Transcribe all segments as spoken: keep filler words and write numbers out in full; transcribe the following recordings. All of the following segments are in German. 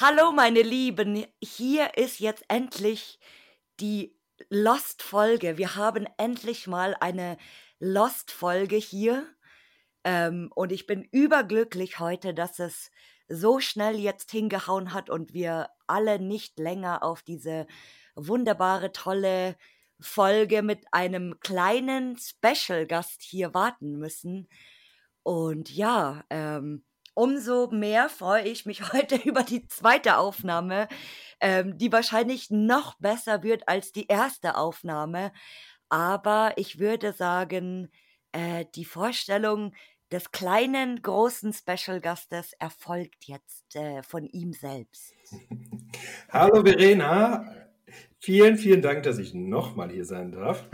Hallo meine Lieben, hier ist jetzt endlich die Lost-Folge. Wir haben endlich mal eine Lost-Folge hier. Ähm, und ich bin überglücklich heute, dass es so schnell jetzt hingehauen hat und wir alle nicht länger auf diese wunderbare, tolle Folge mit einem kleinen Special-Gast hier warten müssen. Und ja, ähm, umso mehr freue ich mich heute über die zweite Aufnahme, ähm, die wahrscheinlich noch besser wird als die erste Aufnahme. Aber ich würde sagen, äh, die Vorstellung des kleinen, großen Special-Gastes erfolgt jetzt äh, von ihm selbst. Hallo Verena, vielen, vielen Dank, dass ich nochmal hier sein darf.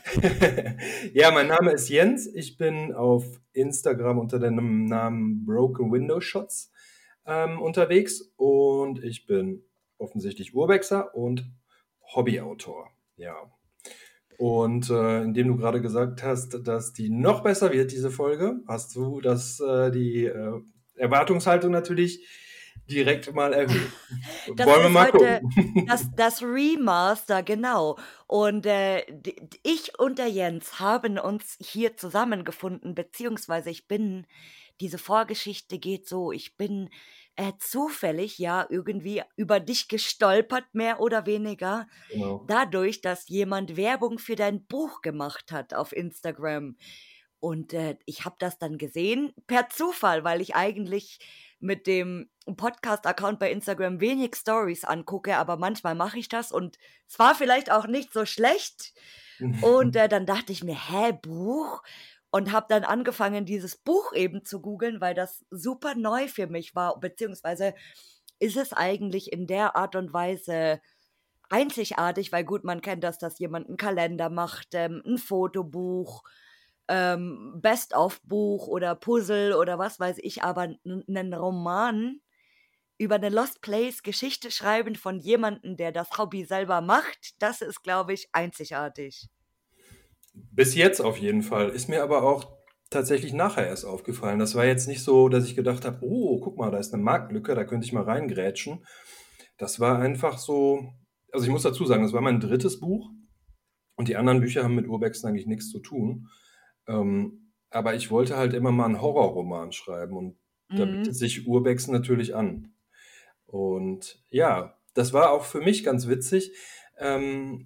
Ja, mein Name ist Jens, ich bin auf Instagram unter dem Namen Broken Window Shots ähm, unterwegs und ich bin offensichtlich Urbexer und Hobbyautor. Ja. Und äh, indem du gerade gesagt hast, dass die noch besser wird, diese Folge, hast du das, äh, die äh, Erwartungshaltung natürlich direkt mal erhöht. Das Wollen wir ist mal heute gucken. das das Remaster, genau. Und, äh, d d ich und der Jens haben uns hier zusammengefunden, beziehungsweise ich bin diese Vorgeschichte geht so, ich bin, äh, zufällig, ja, irgendwie über dich gestolpert, mehr oder weniger, Genau. dadurch, dass jemand Werbung für dein Buch gemacht hat auf Instagram. Und, äh, ich habe das dann gesehen per Zufall, weil ich eigentlich mit dem Podcast-Account bei Instagram wenig Stories angucke, aber manchmal mache ich das und es war vielleicht auch nicht so schlecht. Und, äh, dann dachte ich mir: „Hä, Buch?“ Und habe dann angefangen, dieses Buch eben zu googeln, weil das super neu für mich war, beziehungsweise ist es eigentlich in der Art und Weise einzigartig, weil gut, man kennt das, dass jemand 'n Kalender macht, ähm, 'n Fotobuch, ähm, Best-of-Buch oder Puzzle oder was weiß ich, aber 'n 'nen Roman über 'ne Lost Place Geschichte schreiben von jemandem, der das Hobby selber macht, das ist, glaube ich, einzigartig. Bis jetzt auf jeden Fall. Ist mir aber auch tatsächlich nachher erst aufgefallen. Das war jetzt nicht so, dass ich gedacht habe: „Oh, guck mal, da ist 'ne Marktlücke, da könnte ich mal reingrätschen.“ Das war einfach so also, ich muss dazu sagen, das war mein drittes Buch und die anderen Bücher haben mit Urbexen eigentlich nix zu tun. Ähm, aber ich wollte halt immer mal 'n Horrorroman schreiben und da bietet Mhm. sich Urbexen natürlich an. Und ja, das war auch für mich ganz witzig. Ähm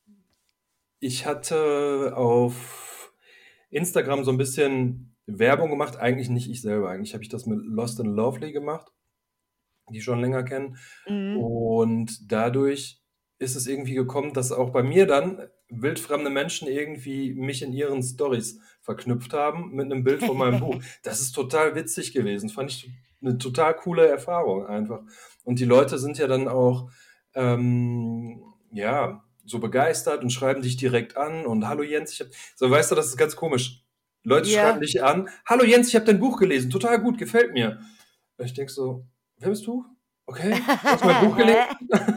ich hatte auf Instagram so 'n bisschen Werbung gemacht, eigentlich nicht ich selber. Eigentlich habe ich das mit Lost and Lovely gemacht, die schon länger kennen. Mhm. Und dadurch ist es irgendwie gekommen, dass auch bei mir dann wildfremde Menschen irgendwie mich in ihren Storys verknüpft haben mit 'nem Bild von meinem Buch. Das ist total witzig gewesen. Fand ich 'ne total coole Erfahrung einfach. Und die Leute sind ja dann auch, ähm, ja, so begeistert und schreiben dich direkt an und: „Hallo Jens, ich habe“ so, weißt du, das ist ganz komisch. Leute schreiben Ja. dich an: „Hallo Jens, ich habe dein Buch gelesen, total gut, gefällt mir.“ Und ich denke so: „Wer bist du? Okay, du hast mein Buch gelesen?“ Hä?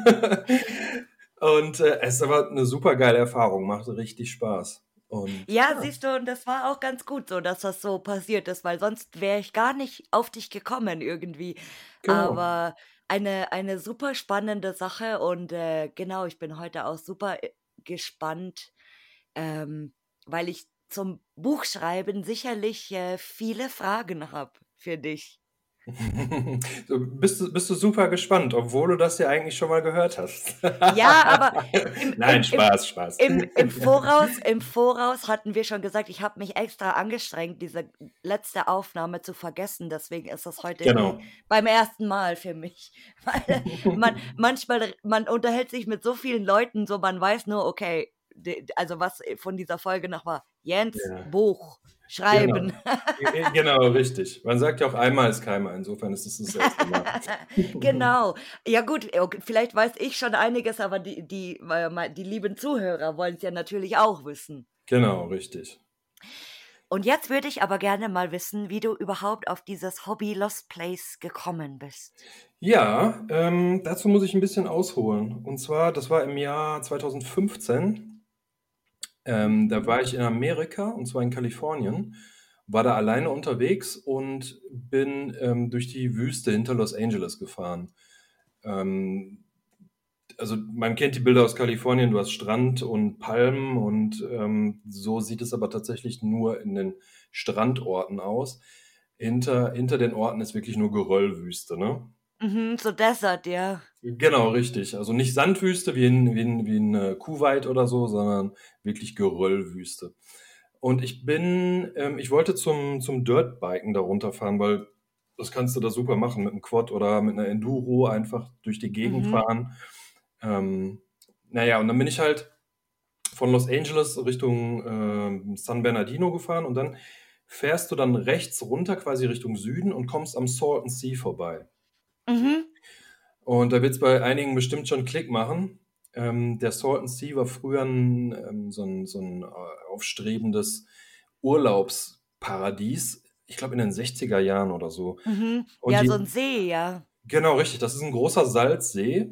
Und, äh, es ist aber 'ne supergeile Erfahrung, macht richtig Spaß. Und Ja, ja. siehst du, und das war auch ganz gut so, dass das so passiert ist, weil sonst wäre ich gar nicht auf dich gekommen irgendwie. Genau. Aber eine eine super spannende Sache und, äh, genau, ich bin heute auch super, äh, gespannt, ähm, weil ich zum Buchschreiben sicherlich, äh, viele Fragen habe für dich. Du bist du bist du super gespannt, obwohl du das ja eigentlich schon mal gehört hast. Ja, aber im Nein, im im Spaß, Spaß. im im Voraus im Voraus hatten wir schon gesagt, ich habe mich extra angestrengt, diese letzte Aufnahme zu vergessen. Deswegen ist das heute wie Genau. beim ersten Mal für mich. Weil man manchmal r man unterhält sich mit so vielen Leuten, so man weiß nur, okay, d also, was von dieser Folge noch war: Jens, Ja. Buch, Genau. schreiben. Ge äh, genau, richtig. Man sagt ja auch: „Einmal ist keinmal“, insofern ist es das erste Mal. Genau. Ja gut, äh, ok vielleicht weiß ich schon einiges, aber die die äh, mei die lieben Zuhörer wollen's ja natürlich auch wissen. Genau, richtig. Und jetzt würde ich aber gerne mal wissen, wie du überhaupt auf dieses Hobby Lost Place gekommen bist. Ja, ähm, dazu muss ich 'n bisschen ausholen. Und zwar, das war im Jahr zweitausendfünfzehn. Ähm, da Mhm. war ich in Amerika, und zwar in Kalifornien, war da alleine unterwegs und bin, ähm, durch die Wüste hinter Los Angeles gefahren. Ähm, also man kennt die Bilder aus Kalifornien, du hast Strand und Palmen und ähm, so sieht es aber tatsächlich nur in den Strandorten aus. Hinter, hinter den Orten ist wirklich nur Geröllwüste, ne? Mhm, so Desert, ja. Genau, richtig. Also nicht Sandwüste wie in, wie in, wie in äh, Kuwait oder so, sondern wirklich Geröllwüste. Und ich bin, ähm, ich wollte zum, zum Dirtbiken da runterfahren, weil das kannst du da super machen mit einem Quad oder mit einer Enduro einfach durch die Gegend Mhm. fahren. Ähm, naja, und dann bin ich halt von Los Angeles Richtung ähm, San Bernardino gefahren und dann fährst du dann rechts runter quasi Richtung Süden und kommst am Salton Sea vorbei. Mhm. Und da wird es bei einigen bestimmt schon Klick machen. Ähm, der Salton Sea war früher ein, ähm, so ein, so ein äh, aufstrebendes Urlaubsparadies. Ich glaube in den sechziger Jahren oder so. Mhm. Und Ja, so die, ein See, ja. genau richtig, das ist ein großer Salzsee.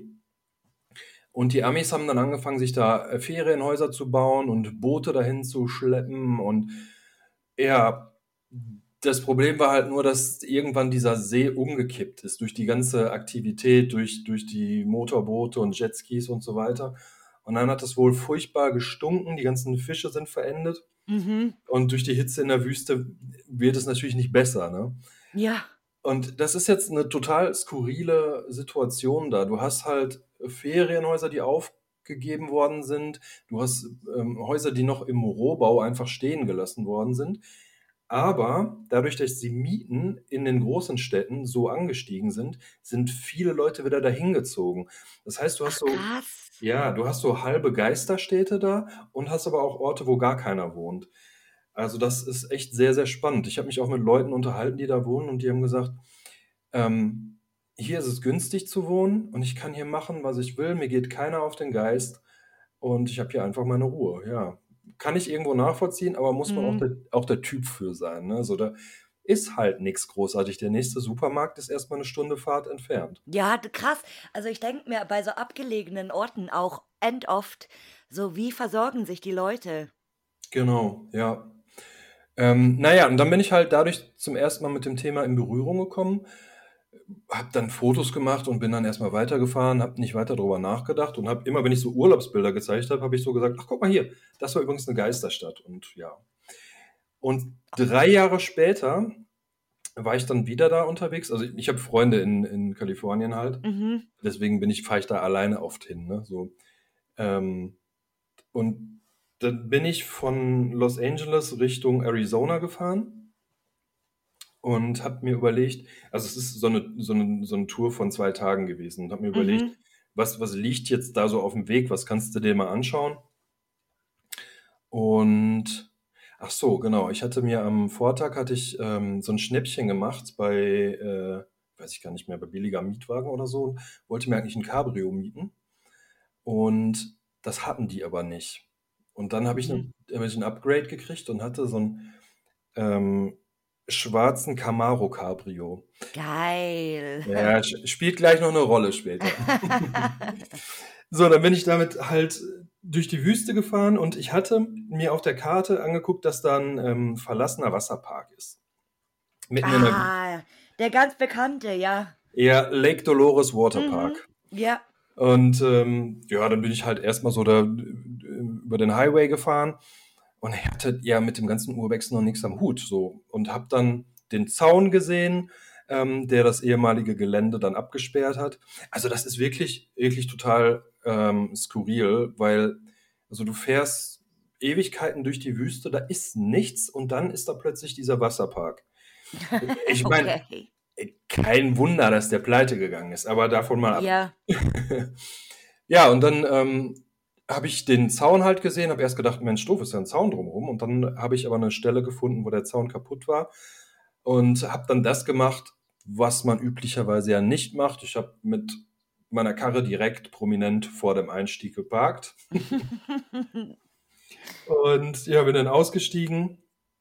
Und die Amis haben dann angefangen, sich da äh, Ferienhäuser zu bauen und Boote dahin zu schleppen. Und ja, das Problem war halt nur, dass irgendwann dieser See umgekippt ist durch die ganze Aktivität, durch, durch die Motorboote und Jetskis und so weiter. Und dann hat es wohl furchtbar gestunken, die ganzen Fische sind verendet. Mhm. Und durch die Hitze in der Wüste wird es natürlich nicht besser, ne? Ja. Und das ist jetzt eine total skurrile Situation da. Du hast halt Ferienhäuser, die aufgegeben worden sind. Du hast ähm, Häuser, die noch im Rohbau einfach stehen gelassen worden sind. Aber dadurch, dass die Mieten in den großen Städten so angestiegen sind, sind viele Leute wieder dahin gezogen. Das heißt, du hast Ach, so, krass. ja, du hast so halbe Geisterstädte da und hast aber auch Orte, wo gar keiner wohnt. Also das ist echt sehr, sehr spannend. Ich habe mich auch mit Leuten unterhalten, die da wohnen und die haben gesagt, ähm, hier ist es günstig zu wohnen und ich kann hier machen, was ich will. Mir geht keiner auf den Geist und ich habe hier einfach meine Ruhe. Ja, kann ich irgendwo nachvollziehen, aber muss man auch Mhm. der, auch der Typ für sein. Ne? Also da ist halt nichts großartig. Der nächste Supermarkt ist erstmal eine Stunde Fahrt entfernt. Ja, d krass. Also, ich denke mir bei so abgelegenen Orten auch endoft, so wie versorgen sich die Leute? Genau, ja. Ähm, naja, und dann bin ich halt dadurch zum ersten Mal mit dem Thema in Berührung gekommen. Habe dann Fotos gemacht und bin dann erstmal weitergefahren, habe nicht weiter drüber nachgedacht und habe immer, wenn ich so Urlaubsbilder gezeigt habe, habe ich so gesagt, ach guck mal hier, das war übrigens eine Geisterstadt und ja. Und drei Jahre später war ich dann wieder da unterwegs. Also ich habe Freunde in, in Kalifornien halt, Mhm. deswegen bin ich, fahre ich da alleine oft hin, ne? So. Ähm, und dann bin ich von Los Angeles Richtung Arizona gefahren und habe mir überlegt, also es ist so eine, so eine, so eine Tour von zwei Tagen gewesen und habe mir überlegt, Mhm. was, was liegt jetzt da so auf dem Weg, was kannst du dir mal anschauen? Und ach so, genau, ich hatte mir am Vortag hatte ich ähm, so ein Schnäppchen gemacht bei, äh, weiß ich gar nicht mehr, bei billiger Mietwagen oder so, und wollte mir eigentlich ein Cabrio mieten und das hatten die aber nicht. Und dann habe ich, Mhm. ne, hab ich ein Upgrade gekriegt und hatte so einen ähm, schwarzen Camaro Cabrio. Geil. Ja, sch- spielt gleich noch eine Rolle später. So, dann bin ich damit halt durch die Wüste gefahren und ich hatte mir auf der Karte angeguckt, dass da ein ähm, verlassener Wasserpark ist. Mitten in der, Ah, der ganz bekannte, ja. eher Lake Dolores Mhm. Waterpark. Ja. Und ähm, ja, dann bin ich halt erstmal so da äh, über den Highway gefahren und ich hatte ja mit dem ganzen Urbex noch nichts am Hut. So. Und habe dann den Zaun gesehen, ähm, der das ehemalige Gelände dann abgesperrt hat. Also das ist wirklich, wirklich total ähm, skurril, weil also du fährst Ewigkeiten durch die Wüste, da ist nichts und dann ist da plötzlich dieser Wasserpark. Ich meine, Okay. kein Wunder, dass der pleite gegangen ist, aber davon mal ab. Ja. Ja, und dann ähm, habe ich den Zaun halt gesehen, habe erst gedacht, Mensch, doof, ist ja ein Zaun drumherum. Und dann habe ich aber eine Stelle gefunden, wo der Zaun kaputt war und habe dann das gemacht, was man üblicherweise ja nicht macht. Ich habe mit meiner Karre direkt prominent vor dem Einstieg geparkt und ja, bin dann ausgestiegen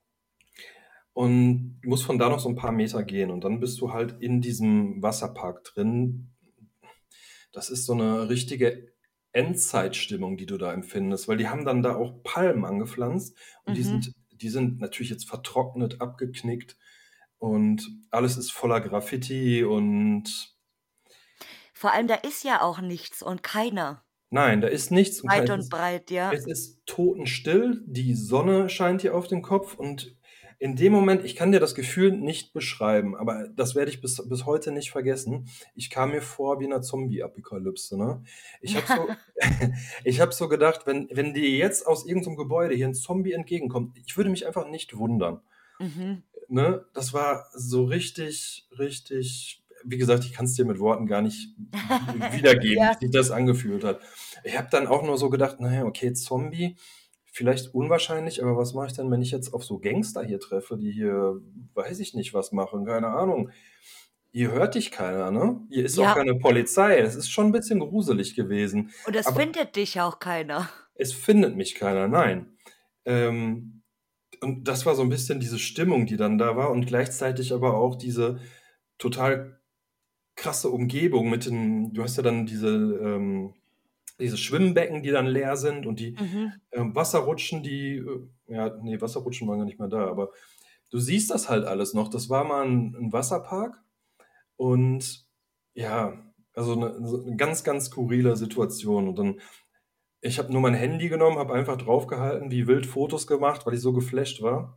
und muss von da noch so ein paar Meter gehen. Und dann bist du halt in diesem Wasserpark drin. Das ist so eine richtige Endzeitstimmung, die du da empfindest, weil die haben dann da auch Palmen angepflanzt und die Mhm. sind, die sind natürlich jetzt vertrocknet, abgeknickt und alles ist voller Graffiti und Vor allem, da ist ja auch nichts und keiner. Nein, da ist nichts und Weit kein, es und ist, breit, ja. es ist totenstill, die Sonne scheint dir auf den Kopf und in dem Moment, ich kann dir das Gefühl nicht beschreiben, aber das werde ich bis, bis heute nicht vergessen. Ich kam mir vor wie in einer Zombie-Apokalypse, ne? Ich habe so, ich habe so gedacht, wenn, wenn dir jetzt aus irgendeinem Gebäude hier ein Zombie entgegenkommt, ich würde mich einfach nicht wundern. Mhm. Ne? Das war so richtig, richtig, wie gesagt, ich kann es dir mit Worten gar nicht wiedergeben, Ja. wie sich das angefühlt hat. Ich habe dann auch nur so gedacht, naja, okay, Zombie, vielleicht unwahrscheinlich, aber was mache ich denn, wenn ich jetzt auf so Gangster hier treffe, die hier, weiß ich nicht, was machen, keine Ahnung. Hier hört dich keiner, ne? Hier ist auch Ja, keine Polizei. Es ist schon ein bisschen gruselig gewesen. und es Aber findet dich auch keiner. es findet mich keiner, nein. Ähm, und das war so ein bisschen diese Stimmung, die dann da war und gleichzeitig aber auch diese total krasse Umgebung mit den, du hast ja dann diese, ähm, diese Schwimmbecken, die dann leer sind und die Mhm. ähm, Wasserrutschen, die, äh, ja, nee, Wasserrutschen waren gar nicht mehr da, aber du siehst das halt alles noch. Das war mal ein, ein Wasserpark und ja, also eine, so eine ganz, ganz skurrile Situation. Und dann, ich habe nur mein Handy genommen, habe einfach draufgehalten, wie wild Fotos gemacht, weil ich so geflasht war.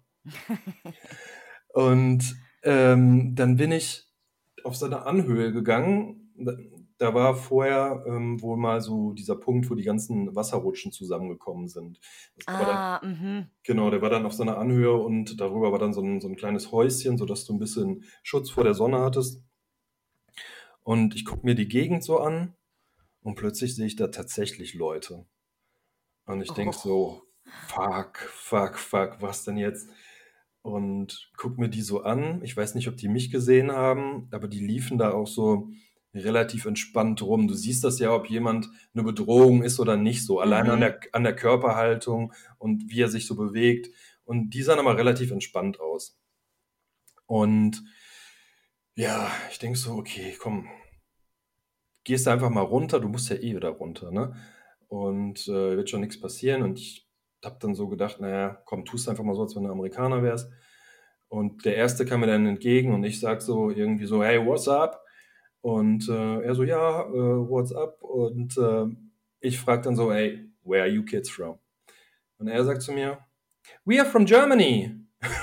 Und ähm, dann bin ich auf so eine Anhöhe gegangen. Da, da war vorher ähm, wohl mal so dieser Punkt, wo die ganzen Wasserrutschen zusammengekommen sind. Das war dann, Ah, mhm. genau, der war dann auf so einer Anhöhe und darüber war dann so ein, so ein kleines Häuschen, sodass du ein bisschen Schutz vor der Sonne hattest. Und ich gucke mir die Gegend so an und plötzlich sehe ich da tatsächlich Leute. Und ich denke Oh. so, fuck, fuck, fuck, was denn jetzt? Und guck mir die so an. Ich weiß nicht, ob die mich gesehen haben, aber die liefen da auch so relativ entspannt rum. Du siehst das ja, ob jemand eine Bedrohung ist oder nicht so. Allein an Mhm. der, an der Körperhaltung und wie er sich so bewegt. Und die sahen aber relativ entspannt aus. Und ja, ich denke so, okay, komm, gehst du einfach mal runter. Du musst ja eh wieder runter, ne? Und äh, wird schon nichts passieren. Und ich habe dann so gedacht, naja, komm, tust einfach mal so, als wenn du Amerikaner wärst. Und der Erste kam mir dann entgegen und ich sag so irgendwie so, hey, what's up? Und äh, er so, ja, äh, what's up? Und äh, ich frag dann so, hey, where are you kids from? Und er sagt zu mir, we are from Germany.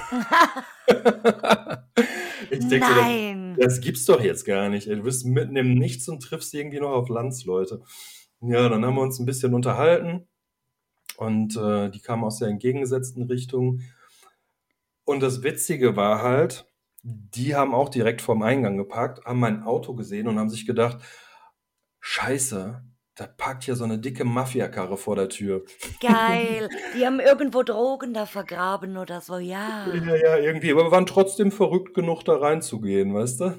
Ich denke so, das, Nein. das gibt's doch jetzt gar nicht. Ey. Du bist mitten im Nichts und triffst irgendwie noch auf Landsleute. Ja, dann haben wir uns ein bisschen unterhalten und äh, die kamen aus der entgegengesetzten Richtung. Und das Witzige war halt, die haben auch direkt vorm Eingang geparkt, haben mein Auto gesehen und haben sich gedacht, Scheiße, da parkt hier so eine dicke Mafiakarre vor der Tür. Geil. Die haben irgendwo Drogen da vergraben oder so, ja. Ja, ja, irgendwie, aber wir waren trotzdem verrückt genug, da reinzugehen, weißt du?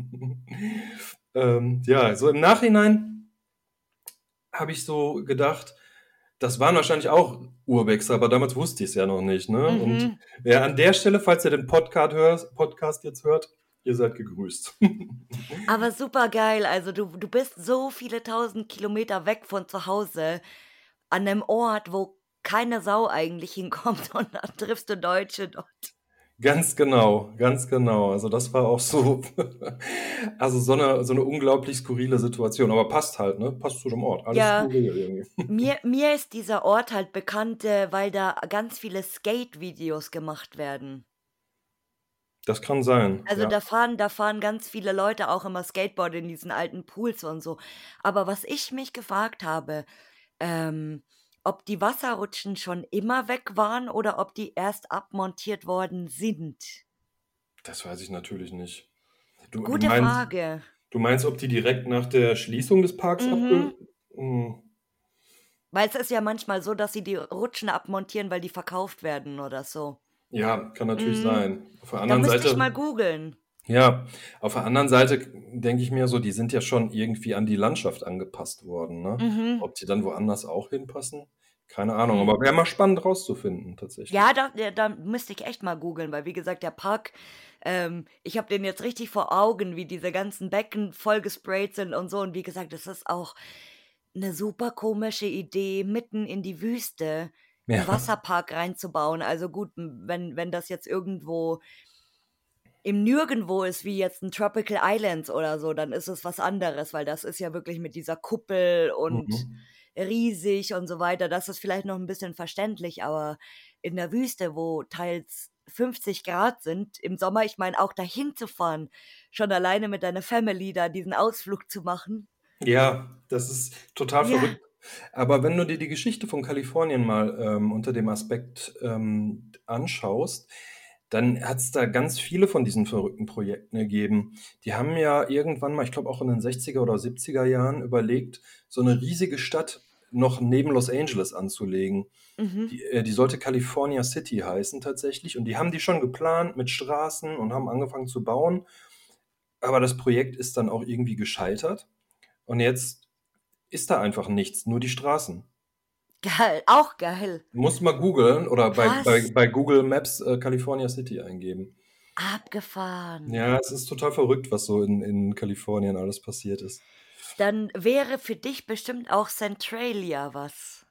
ähm, ja, so im Nachhinein habe ich so gedacht, das waren wahrscheinlich auch Urbexer, aber damals wusste ich es ja noch nicht, ne? Und Mhm. ja, an der Stelle, falls ihr den Podcast, hört, Podcast jetzt hört, ihr seid gegrüßt. Aber super geil. Also du, du bist so viele tausend Kilometer weg von zu Hause, an einem Ort, wo keine Sau eigentlich hinkommt und dann triffst du Deutsche dort. Ganz genau, ganz genau. Also das war auch so, also so eine, so eine unglaublich skurrile Situation. Aber passt halt, ne? Passt zu dem Ort. Alles Ja, skurril irgendwie. mir, mir ist dieser Ort halt bekannt, äh, weil da ganz viele Skate-Videos gemacht werden. Das kann sein, Also ja. da fahren, da fahren ganz viele Leute auch immer Skateboard in diesen alten Pools und so. Aber was ich mich gefragt habe, ähm, ob die Wasserrutschen schon immer weg waren oder ob die erst abmontiert worden sind. Das weiß ich natürlich nicht. Du, du Gute meinst, Frage. du meinst, ob die direkt nach der Schließung des Parks abge... Mhm. Hm, Weil es ist ja manchmal so, dass sie die Rutschen abmontieren, weil die verkauft werden oder so. ja, kann natürlich Mhm. sein. Auf der Da anderen müsste ich mal Seite, googeln. ja, auf der anderen Seite denke ich mir so, die sind ja schon irgendwie an die Landschaft angepasst worden, ne? Mhm. Ob die dann woanders auch hinpassen? Keine Ahnung, Hm. aber wäre mal spannend rauszufinden, tatsächlich. Ja, da, ja, da müsste ich echt mal googeln, weil wie gesagt, der Park, ähm, ich habe den jetzt richtig vor Augen, wie diese ganzen Becken voll gesprayt sind und so. Und wie gesagt, das ist auch eine super komische Idee, mitten in die Wüste einen Ja, Wasserpark reinzubauen. Also gut, m- wenn, wenn das jetzt irgendwo im Nirgendwo ist wie jetzt ein Tropical Islands oder so, dann ist es was anderes, weil das ist ja wirklich mit dieser Kuppel und Mhm. riesig und so weiter. Das ist vielleicht noch ein bisschen verständlich, aber in der Wüste, wo teils fünfzig Grad sind im Sommer, ich meine, auch dahin zu fahren, schon alleine mit deiner Family da diesen Ausflug zu machen. Ja, das ist total Ja. verrückt. Aber wenn du dir die Geschichte von Kalifornien mal ähm, unter dem Aspekt ähm, anschaust, dann hat es da ganz viele von diesen verrückten Projekten gegeben. Die haben ja irgendwann mal, ich glaube auch in den sechziger oder siebziger Jahren überlegt, so eine riesige Stadt noch neben Los Angeles anzulegen. Mhm. Die, äh, die sollte California City heißen tatsächlich. Und die haben die schon geplant mit Straßen und haben angefangen zu bauen. Aber das Projekt ist dann auch irgendwie gescheitert. Und jetzt ist da einfach nichts, nur die Straßen. Geil, auch geil. Du musst mal googeln oder bei, bei, Krass, bei Google Maps äh, California City eingeben. abgefahren. Ja, es ist total verrückt, was so in, in Kalifornien alles passiert ist. Dann wäre für dich bestimmt auch Centralia was.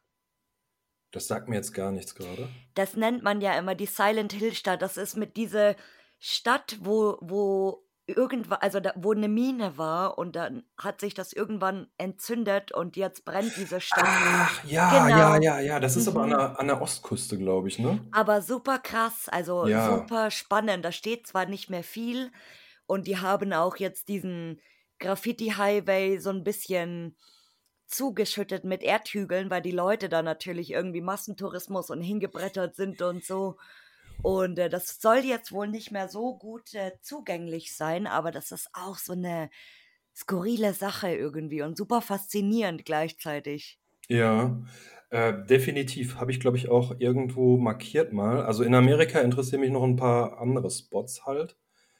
Das sagt mir jetzt gar nichts gerade. Das nennt man ja immer die Silent Hill Stadt. Das ist mit dieser Stadt, wo, wo irgendwann, also da, wo eine Mine war und dann hat sich das irgendwann entzündet und jetzt brennt diese Stadt. Ach, ja, ja, Genau. ja, ja. Das ist aber an Mhm. der, an der Ostküste, glaube ich, ne? Aber super krass, also Ja, super spannend. Da steht zwar nicht mehr viel und die haben auch jetzt diesen Graffiti-Highway so ein bisschen zugeschüttet mit Erdhügeln, weil die Leute da natürlich irgendwie Massentourismus und hingebrettert sind und so. Und äh, das soll jetzt wohl nicht mehr so gut äh, zugänglich sein, aber das ist auch so eine skurrile Sache irgendwie und super faszinierend gleichzeitig. ja. Äh, definitiv. Habe ich, glaube ich, auch irgendwo markiert mal. Also in Amerika interessieren mich noch ein paar andere Spots halt.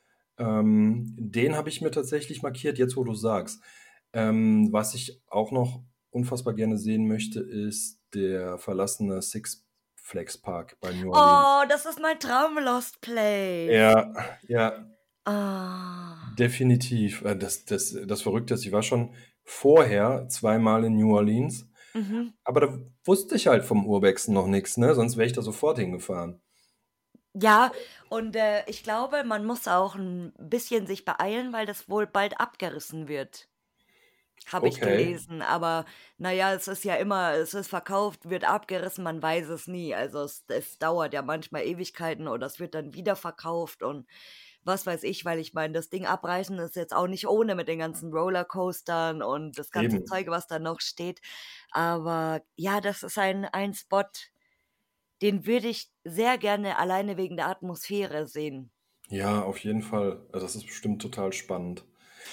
Ähm, den habe ich mir tatsächlich markiert, jetzt wo du sagst. Ähm, was ich auch noch unfassbar gerne sehen möchte, ist der verlassene Six Flags Park bei New Orleans. Oh, das ist mein Traum Lost Place. Ja, ja, Ah. definitiv. Äh, Das, das, das Verrückte ist, ich war schon vorher zweimal in New Orleans, Mhm. aber da wusste ich halt vom Uhrwechsel noch nichts, ne? Sonst wäre ich da sofort hingefahren. Ja, und äh, ich glaube, man muss auch ein bisschen sich beeilen, weil das wohl bald abgerissen wird. Habe ich Okay. gelesen, aber na ja, es ist ja immer es ist verkauft, wird abgerissen, man weiß es nie. Also, es es dauert ja manchmal Ewigkeiten oder es wird dann wieder verkauft und was weiß ich, weil ich meine, das Ding abreißen ist jetzt auch nicht ohne mit den ganzen Rollercoastern und das ganze Eben. Zeug, was da noch steht. Aber ja, das ist ein ein Spot, den würde ich sehr gerne alleine wegen der Atmosphäre sehen. Ja, auf jeden Fall. Also das ist bestimmt total spannend.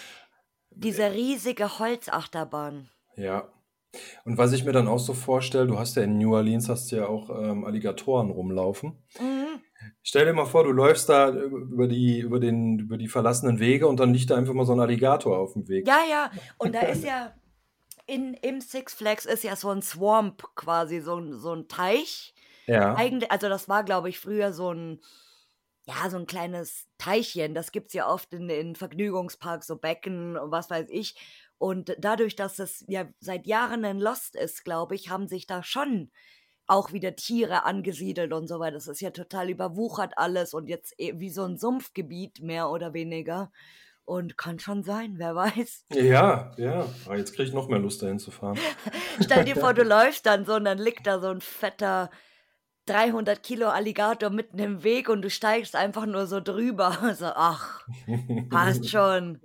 Diese riesige Holzachterbahn. Ja. Und was ich mir dann auch so vorstelle, du hast ja in New Orleans hast du ja auch ähm, Alligatoren rumlaufen. Mhm. Stell dir mal vor, du läufst da über die, über den, über die verlassenen Wege und dann liegt da einfach mal so ein Alligator auf dem Weg. Ja, ja, und da ist ja in im Six Flags ist ja so ein Swamp quasi, so ein so ein Teich. Ja, Eigentlich also, das war, glaube ich, früher so ein ja, so ein kleines Teichchen. Das gibt's ja oft in in Vergnügungsparks, so Becken und was weiß ich. Und dadurch, dass es ja seit Jahren 'nen Lost ist, glaube ich, haben sich da schon auch wieder Tiere angesiedelt und so weiter. Das ist ja total überwuchert alles und jetzt eh wie so ein Sumpfgebiet mehr oder weniger. Und kann schon sein, wer weiß. ja, ja. Ah, jetzt kriege ich noch mehr Lust, dahin zu fahren. Stell dir vor, du läufst dann so und dann liegt da so 'n fetter dreihundert Kilo Alligator mitten im Weg und du steigst einfach nur so drüber. So: „Ach, passt schon."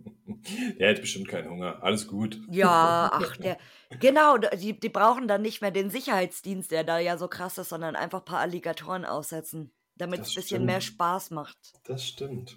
Der hat bestimmt keinen Hunger. Alles gut. Ja, ach, der genau, d die die brauchen dann nicht mehr den Sicherheitsdienst, der da ja so krass ist, sondern einfach paar Alligatoren aussetzen, Das damit's bisschen mehr stimmt. Spaß macht. Das stimmt.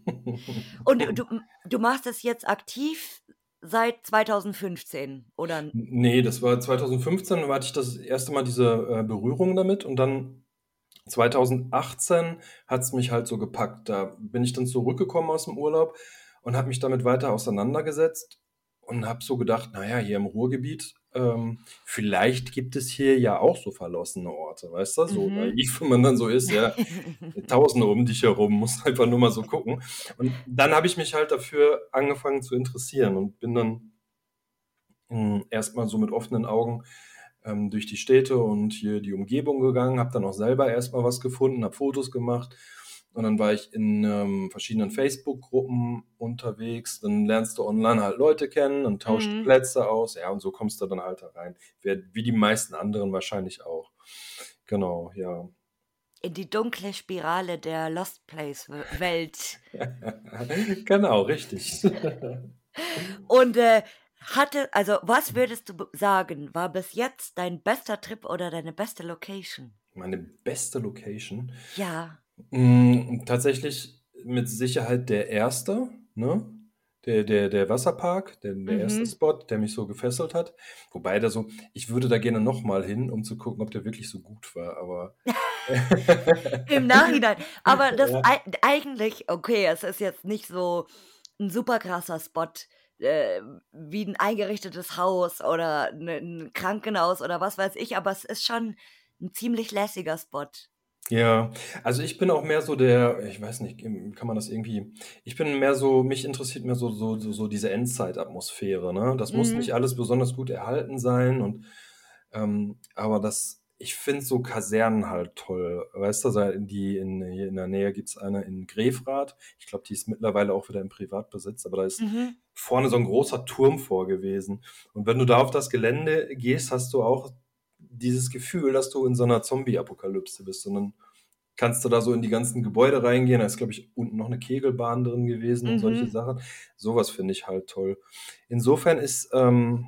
Und du du du machst es jetzt aktiv seit zweitausendfünfzehn oder n Nee, das war zwanzig fünfzehn, da hatte ich das erste Mal diese äh, Berührung damit und dann zwanzig achtzehn hat's mich halt so gepackt. Da bin ich dann zurückgekommen aus dem Urlaub und habe mich damit weiter auseinandergesetzt und habe so gedacht, na ja, hier im Ruhrgebiet, ähm, vielleicht gibt es hier ja auch so verlassene Orte, weißt du? So mhm. naiv, wenn man dann so ist, ja, Tausende um dich herum, musst einfach nur mal so gucken. Und dann habe ich mich halt dafür angefangen zu interessieren und bin dann hm, erst so mit offenen Augen ähm, durch die Städte und hier die Umgebung gegangen, habe dann auch selber erst mal was gefunden, habe Fotos gemacht Und dann war ich in ähm, verschiedenen Facebook-Gruppen unterwegs. Dann lernst du online halt Leute kennen und tauscht Mhm. Plätze aus. Ja, und so kommst du dann halt da rein. Wie, wie die meisten anderen wahrscheinlich auch. Genau, ja. In die dunkle Spirale der Lost Place W Welt. Genau, richtig. Und, äh, hatte also, was würdest du b sagen, war bis jetzt dein bester Trip oder deine beste Location? Meine beste Location? Ja. Hm, tatsächlich mit Sicherheit der erste, ne? Der der der Wasserpark, der der erste Mhm. Spot, der mich so gefesselt hat. Wobei der so ich würde da gerne noch mal hin, um zu gucken, ob der wirklich so gut war, aber Im Nachhinein. Aber das ja. ei eigentlich okay, es ist jetzt nicht so 'n super krasser Spot, äh, wie 'n eingerichtetes Haus oder 'ne 'n Krankenhaus oder was weiß ich, aber es ist schon 'n ziemlich lässiger Spot. Ja, also ich bin auch mehr so der ich weiß nicht, ähm, kann man das irgendwie ich bin mehr so mich interessiert mehr so so so so diese Endzeitatmosphäre, ne? Das muss nicht Mhm. alles besonders gut erhalten sein und, ähm aber das ich finde so Kasernen halt toll. Weißt du, so die in hier in der Nähe gibt's eine in Grefrath. Ich glaube, die ist mittlerweile auch wieder in Privatbesitz, aber da ist Mhm. vorne so 'n großer Turm vor gewesen. Und wenn du da auf das Gelände gehst, hast du auch dieses Gefühl, dass du in so 'ner Zombie-Apokalypse bist. Und dann kannst du da so in die ganzen Gebäude reingehen. Da ist, glaube ich, unten noch 'ne Kegelbahn drin gewesen und solche Mhm. Sachen. So was finde ich halt toll. Insofern ist, ähm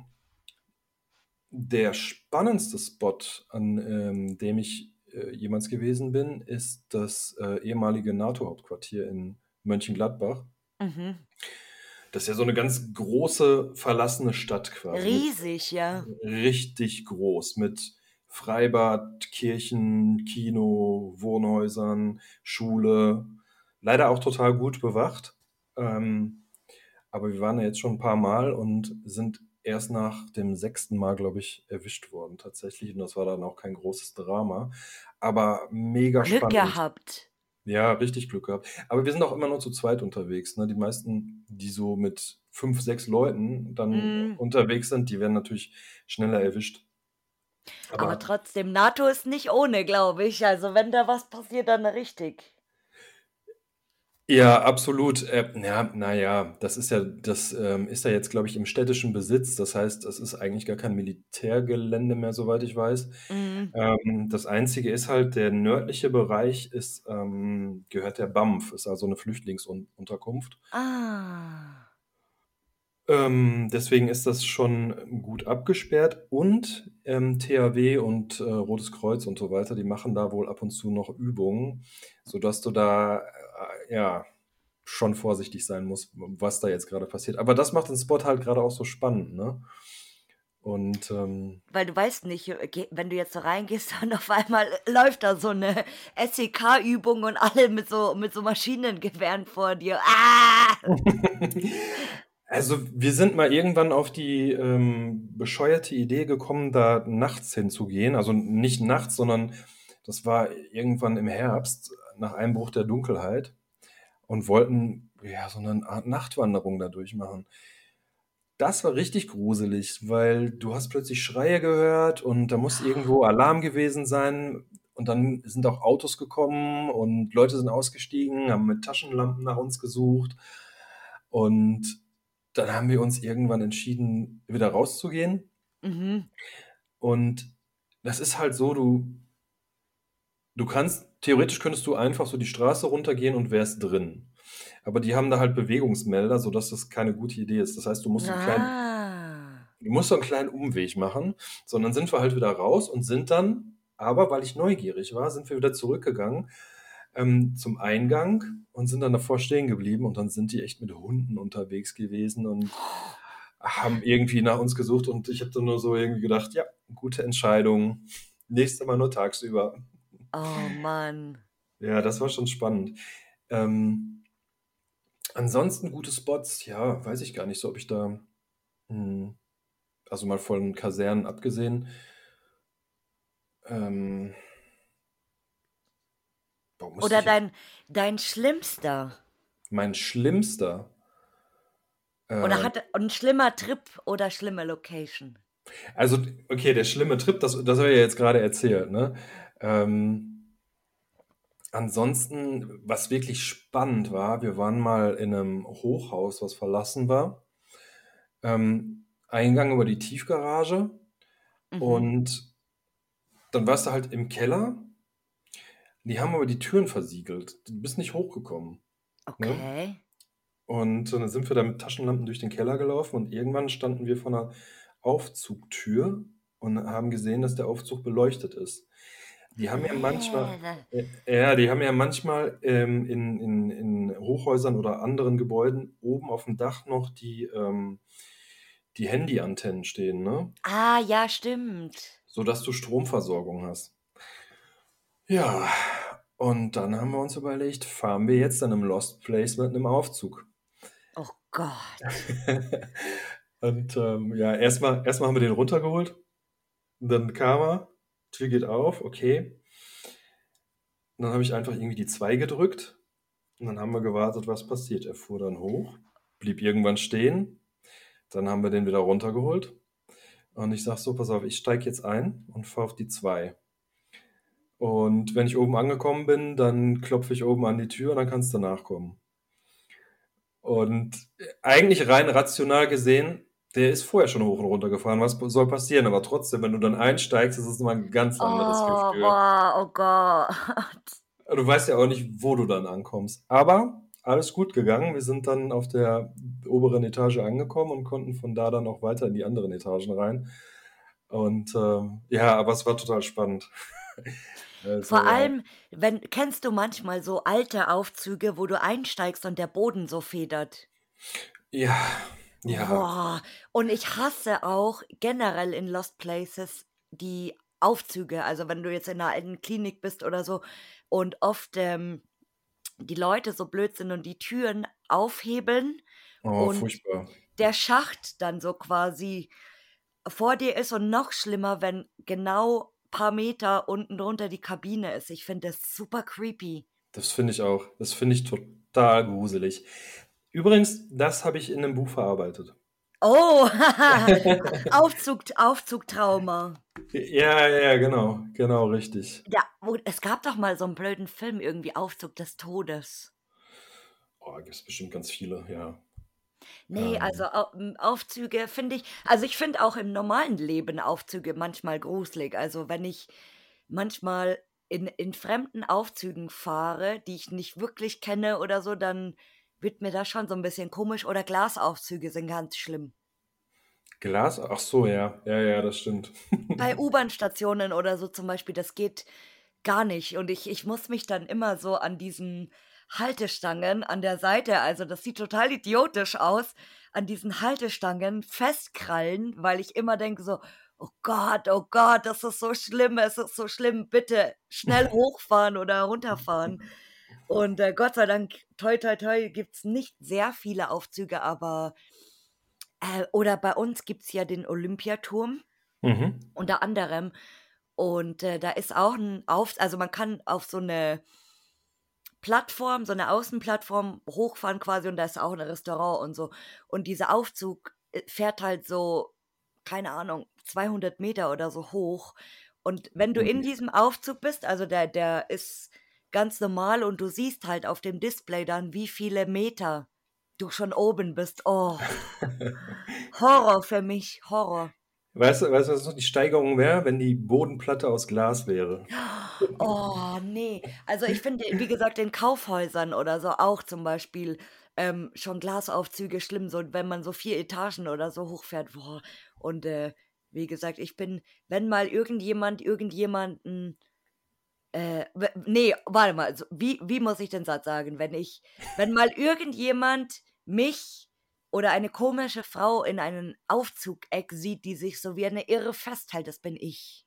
der spannendste Spot, an, ähm, dem ich, äh, jemals gewesen bin, ist das, äh, ehemalige NATO-Hauptquartier in Mönchengladbach. Mhm. Das ist ja so 'ne ganz große verlassene Stadt quasi mit Riesig, ja. richtig groß, mit Freibad, Kirchen, Kino, Wohnhäusern, Schule. Leider auch total gut bewacht. Ähm, aber wir waren da jetzt schon 'n paar Mal und sind erst nach dem sechsten Mal, glaube ich, erwischt worden tatsächlich. Und das war dann auch kein großes Drama, aber mega Glück spannend. gehabt. Ja, richtig Glück gehabt. Aber wir sind auch immer nur zu zweit unterwegs, ne? Die meisten, die so mit fünf, sechs Leuten dann Mhm. unterwegs sind, die werden natürlich schneller erwischt. Aber Aber trotzdem, NATO ist nicht ohne, glaube ich. Also, wenn da was passiert, dann richtig. Ja, absolut. Äh, ja, na ja, das ist ja das, ähm, ist ja jetzt, glaube ich, im städtischen Besitz. Das heißt, das ist eigentlich gar kein Militärgelände mehr, soweit ich weiß. Mhm. Ähm, das Einzige ist halt, der nördliche Bereich ist, ähm gehört der B A M F, ist also 'ne Flüchtlingsun Unterkunft. Ah. Ähm, deswegen ist das schon gut abgesperrt und, ähm, T H W und, äh, Rotes Kreuz und so weiter, die machen da wohl ab und zu noch Übungen, sodass du da, äh, ja, schon vorsichtig sein musst, w was da jetzt grade passiert. Aber das macht den Spot halt grade auch so spannend, ne? Und, ähm Weil du weißt nicht, äh, ge wenn du jetzt so reingehst und auf einmal läuft da so 'ne SEK-Übung und alle mit so mit so Maschinengewehren vor dir. Ah! Also, wir sind mal irgendwann auf die, ähm, bescheuerte Idee gekommen, da nachts hinzugehen. Also, nicht nachts, sondern das war irgendwann im Herbst nach Einbruch der Dunkelheit und wollten, ja, so 'ne Art Nachtwanderung da durchmachen. Das war richtig gruselig, weil du hast plötzlich Schreie gehört und da muss irgendwo Alarm gewesen sein. Und dann sind auch Autos gekommen und Leute sind ausgestiegen, haben mit Taschenlampen nach uns gesucht. Und dann haben wir uns irgendwann entschieden, wieder rauszugehen. Mhm. Und das ist halt so, du du kannst theoretisch könntest du einfach so die Straße runtergehen und wärst drin. Aber die haben da halt Bewegungsmelder, sodass das keine gute Idee ist. Das heißt, du musst so 'n kleinen Ah. du musst so 'n kleinen Umweg machen. So, und dann sind wir halt wieder raus und sind dann aber, weil ich neugierig war, sind wir wieder zurückgegangen, ähm, zum Eingang und sind dann davor stehen geblieben. Und dann sind die echt mit Hunden unterwegs gewesen und haben irgendwie nach uns gesucht. Und ich habe dann nur so irgendwie gedacht: „Ja, gute Entscheidung. Nächste Mal nur tagsüber.“ Oh, Mann. Ja, das war schon spannend. Ähm ansonsten gute Spots, ja, weiß ich gar nicht so, ob ich da hm, also, mal von Kasernen abgesehen ähm boah, müsste Oder ich jetzt dein dein Schlimmster? Mein Schlimmster? Oder Äh hatte 'n schlimmer Trip oder schlimme Location? Also, d okay, der schlimme Trip, das das habe ich ja jetzt grade erzählt, ne? Ähm ansonsten, was wirklich spannend war, wir waren mal in einem Hochhaus, was verlassen war. Ähm, Eingang über die Tiefgarage Mhm. und dann warst du halt im Keller. Die haben aber die Türen versiegelt. Du bist nicht hochgekommen. Ne? Okay. Und dann sind wir da mit Taschenlampen durch den Keller gelaufen und irgendwann standen wir vor einer Aufzugtür und haben gesehen, dass der Aufzug beleuchtet ist. Die haben ja manchmal, Hä? Da- äh, ja, die haben ja manchmal ähm, in, in, in Hochhäusern oder anderen Gebäuden oben auf dem Dach noch die, ähm, die Handyantennen stehen, ne? Ah, ja, stimmt. Sodass du Stromversorgung hast. Ja, und dann haben wir uns überlegt, fahren wir jetzt dann im Lost Place mit einem Aufzug. Oh Gott. Und ähm, ja, erstmal erstmal haben wir den runtergeholt. Und dann kam er, Tür geht auf, okay. Und dann habe ich einfach irgendwie die zwei gedrückt. Und dann haben wir gewartet, was passiert. Er fuhr dann hoch, blieb irgendwann stehen. Dann haben wir den wieder runtergeholt. Und ich sag so, pass auf, ich steige jetzt ein und fahre auf die zwei. Und wenn ich oben angekommen bin, dann klopfe ich oben an die Tür und dann kannst du nachkommen. Und eigentlich rein rational gesehen, der ist vorher schon hoch und runter gefahren. Was soll passieren? Aber trotzdem, wenn du dann einsteigst, ist es nochmal ein ganz anderes Oh, Gefühl. boah, oh Gott. Du weißt ja auch nicht, wo du dann ankommst. Aber alles gut gegangen. Wir sind dann auf der oberen Etage angekommen und konnten von da dann auch weiter in die anderen Etagen rein. Und ähm, ja, aber es war total spannend. Also Vor ja. allem, wenn kennst du manchmal so alte Aufzüge, wo du einsteigst und der Boden so federt? Ja, ja. Boah, und ich hasse auch generell in Lost Places die Aufzüge. Also, wenn du jetzt in 'ner alten Klinik bist oder so und oft, ähm, die Leute so blöd sind und die Türen aufhebeln Oh, und furchtbar. der Schacht dann so quasi vor dir ist und noch schlimmer, wenn genau paar Meter unten drunter die Kabine ist. Ich finde das super creepy. Das finde ich auch. Das finde ich total gruselig. Übrigens, das habe ich in einem Buch verarbeitet. Oh, Aufzug Aufzugtrauma. Ja, ja, genau, genau, richtig. Ja, wo es gab doch mal so 'n blöden Film irgendwie, Aufzug des Todes. Oh, da gibt's bestimmt ganz viele, ja. Ne, also, Ähm, Au hm, Aufzüge finde ich also, ich finde auch im normalen Leben Aufzüge manchmal gruselig. Also, wenn ich manchmal in in fremden Aufzügen fahre, die ich nicht wirklich kenne oder so, dann wird mir das schon so 'n bisschen komisch oder Glasaufzüge sind ganz schlimm. Glas? Ach so, ja. Ja, ja, das stimmt. Bei U-Bahn-Stationen oder so zum Beispiel, das geht gar nicht. Und ich ich muss mich dann immer so an diesen Haltestangen an der Seite also, das sieht total idiotisch aus, an diesen Haltestangen festkrallen, weil ich immer denke so: „Oh Gott, oh Gott, das ist so schlimm, es ist so schlimm, bitte schnell hochfahren oder runterfahren.“ Und, äh, Gott sei Dank, toi, toi, toi, gibt's nicht sehr viele Aufzüge, aber äh, oder bei uns gibt's ja den Olympiaturm. Mhm. Unter anderem. Und, äh, da ist auch 'n auf also, man kann auf so 'ne Plattform so 'ne Außenplattform hochfahren quasi und da ist auch 'n Restaurant und so. Und dieser Aufzug, äh, fährt halt so, keine Ahnung, zweihundert Meter oder so hoch. Und wenn du in Ui. diesem Aufzug bist, also, der der ist ganz normal und du siehst halt auf dem Display dann, wie viele Meter du schon oben bist. Oh, Horror für mich, Horror. Weißt du weißt du, was noch die Steigerung wäre? Wenn die Bodenplatte aus Glas wäre. Oh, ne. Also, ich finde, wie gesagt, in Kaufhäusern oder so auch zum Beispiel, ähm, schon Glasaufzüge schlimm, so wenn man so vier Etagen oder so hochfährt, boah. Und, äh, wie gesagt, ich bin wenn mal irgendjemand irgendjemanden, äh, w ne, warte mal, also, wie wie muss ich den Satz sagen? Wenn ich wenn mal irgendjemand mich oder eine komische Frau in einem Aufzugeck sieht, die sich so wie eine Irre festhält, das bin ich.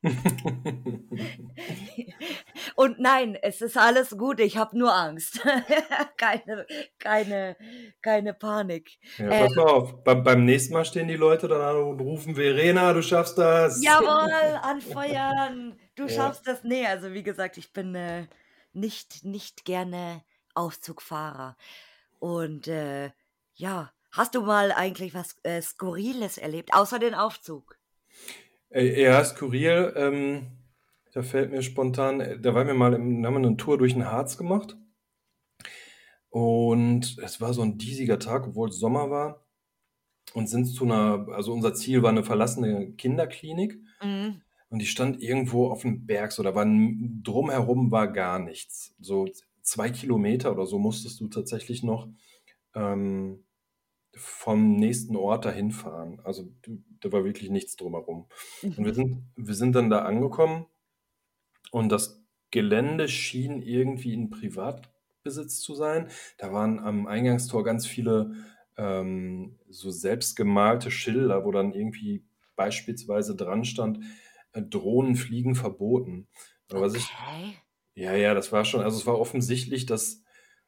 Und nein, es ist alles gut, ich habe nur Angst. Keine keine keine Panik. Ja, Äh, pass mal auf, beim beim nächsten Mal stehen die Leute dann an und rufen: „Verena, du schaffst das!“ jawohl, anfeuern. Du Ja. schaffst das. Ne, also wie gesagt, ich bin, äh, nicht nicht gerne Aufzugfahrer. Und, äh, ja, hast du mal eigentlich was, äh, Skurriles erlebt, außer den Aufzug? Äh, ja, skurril, ähm Da fällt mir spontan, äh, da waren wir mal im, haben wir eine Tour durch den Harz gemacht und es war so ein diesiger Tag, obwohl es Sommer war und sind zu einer, also unser Ziel war eine verlassene Kinderklinik Mhm. und die stand irgendwo auf dem Berg, so da war n- drumherum war gar nichts. So zwei Kilometer oder so musstest du tatsächlich noch ähm, vom nächsten Ort dahin fahren. Also du, da war wirklich nichts drumherum. Und wir Mhm. sind, wir sind dann da angekommen und das Gelände schien irgendwie in Privatbesitz zu sein. Da waren am Eingangstor ganz viele ähm, so selbstgemalte Schilder, wo dann irgendwie beispielsweise dran stand, äh, Drohnen fliegen verboten. Oder was ich, Okay. ja, ja, das war schon, also es war offensichtlich, dass,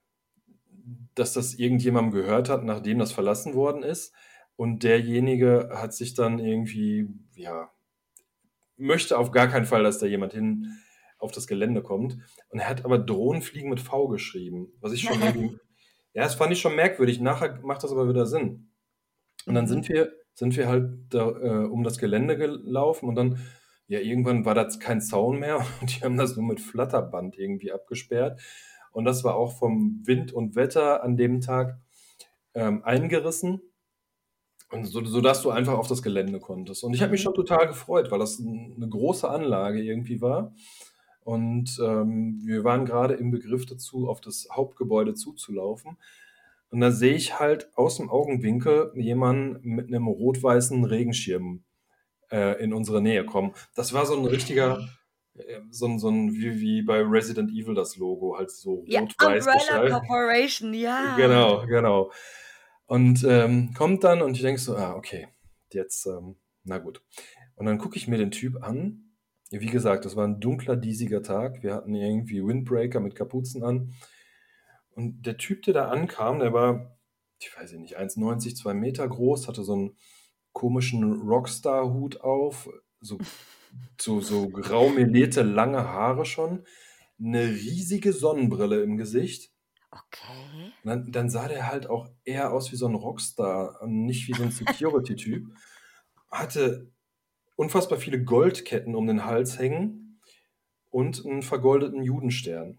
dass das irgendjemandem gehört hat, nachdem das verlassen worden ist. Und derjenige hat sich dann irgendwie, ja, möchte auf gar keinen Fall, dass da jemand hin auf das Gelände kommt. Und er hat aber Drohnenfliegen mit V geschrieben, was ich schon irgendwie, ja, das fand ich schon merkwürdig. Nachher macht das aber wieder Sinn. Und dann Mhm. sind wir, sind wir halt da, äh, um das Gelände gelaufen und dann, ja, irgendwann war da kein Zaun mehr und die haben das nur mit Flatterband irgendwie abgesperrt. Und das war auch vom Wind und Wetter an dem Tag ähm, eingerissen. Und so, sodass du einfach auf das Gelände konntest. Und ich habe mich schon Mhm. total gefreut, weil das n- eine große Anlage irgendwie war. Und ähm, wir waren gerade im Begriff dazu, auf das Hauptgebäude zuzulaufen. Und da sehe ich halt aus dem Augenwinkel jemanden mit einem rot-weißen Regenschirm äh, in unsere Nähe kommen. Das war so ein richtiger, Okay. äh, so ein, so ein wie, wie bei Resident Evil das Logo, halt so Ja, rot-weiß Umbrella geschaltet. Corporation, ja. Genau, genau. Und ähm, kommt dann und ich denke so, ah, okay, jetzt, ähm, na gut. Und dann gucke ich mir den Typ an. Wie gesagt, das war ein dunkler, diesiger Tag. Wir hatten irgendwie Windbreaker mit Kapuzen an. Und der Typ, der da ankam, der war, ich weiß nicht, eins neunzig, zwei Meter groß, hatte so einen komischen Rockstar-Hut auf, so, so, so grau melierte, lange Haare schon, eine riesige Sonnenbrille im Gesicht. Okay. Und dann, dann sah der halt auch eher aus wie so ein Rockstar und nicht wie so ein Security-Typ. Hatte unfassbar viele Goldketten um den Hals hängen und einen vergoldeten Judenstern.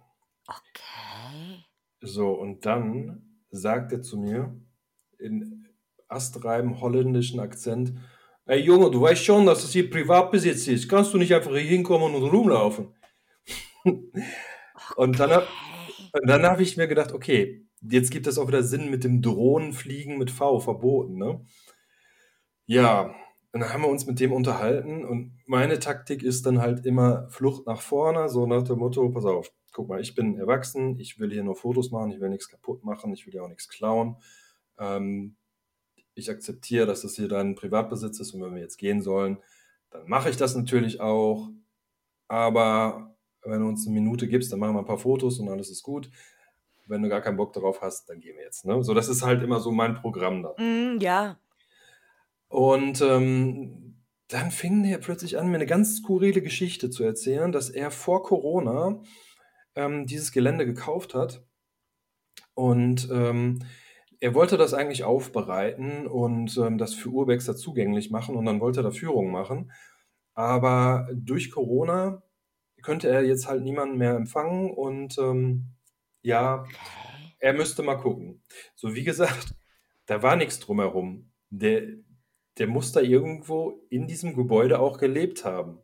Okay. So, und dann sagt er zu mir in astreinem holländischen Akzent: Ey Junge, du weißt schon, dass das hier Privatbesitz ist. Kannst du nicht einfach hier hinkommen und rumlaufen? Und dann, hab- Okay. und dann habe ich mir gedacht, okay, jetzt gibt es auch wieder Sinn mit dem Drohnenfliegen mit V, verboten, ne? Ja, und dann haben wir uns mit dem unterhalten und meine Taktik ist dann halt immer Flucht nach vorne, so nach dem Motto, pass auf, guck mal, ich bin erwachsen, ich will hier nur Fotos machen, ich will nichts kaputt machen, ich will ja auch nichts klauen. Ähm, ich akzeptiere, dass das hier dein Privatbesitz ist und wenn wir jetzt gehen sollen, dann mache ich das natürlich auch. Aber wenn du uns eine Minute gibst, dann machen wir ein paar Fotos und alles ist gut. Wenn du gar keinen Bock darauf hast, dann gehen wir jetzt. Ne? So, das ist halt immer so mein Programm dann. Mhm, ja. Und ähm, dann fing der plötzlich an, mir eine ganz skurrile Geschichte zu erzählen, dass er vor Corona ähm, dieses Gelände gekauft hat und ähm, er wollte das eigentlich aufbereiten und ähm, das für Urbexer zugänglich machen und dann wollte er da Führungen machen. Aber durch Corona könnte er jetzt halt niemanden mehr empfangen und ähm, ja, Okay. er müsste mal gucken. So wie gesagt, da war nichts drumherum. Der, der muss da irgendwo in diesem Gebäude auch gelebt haben.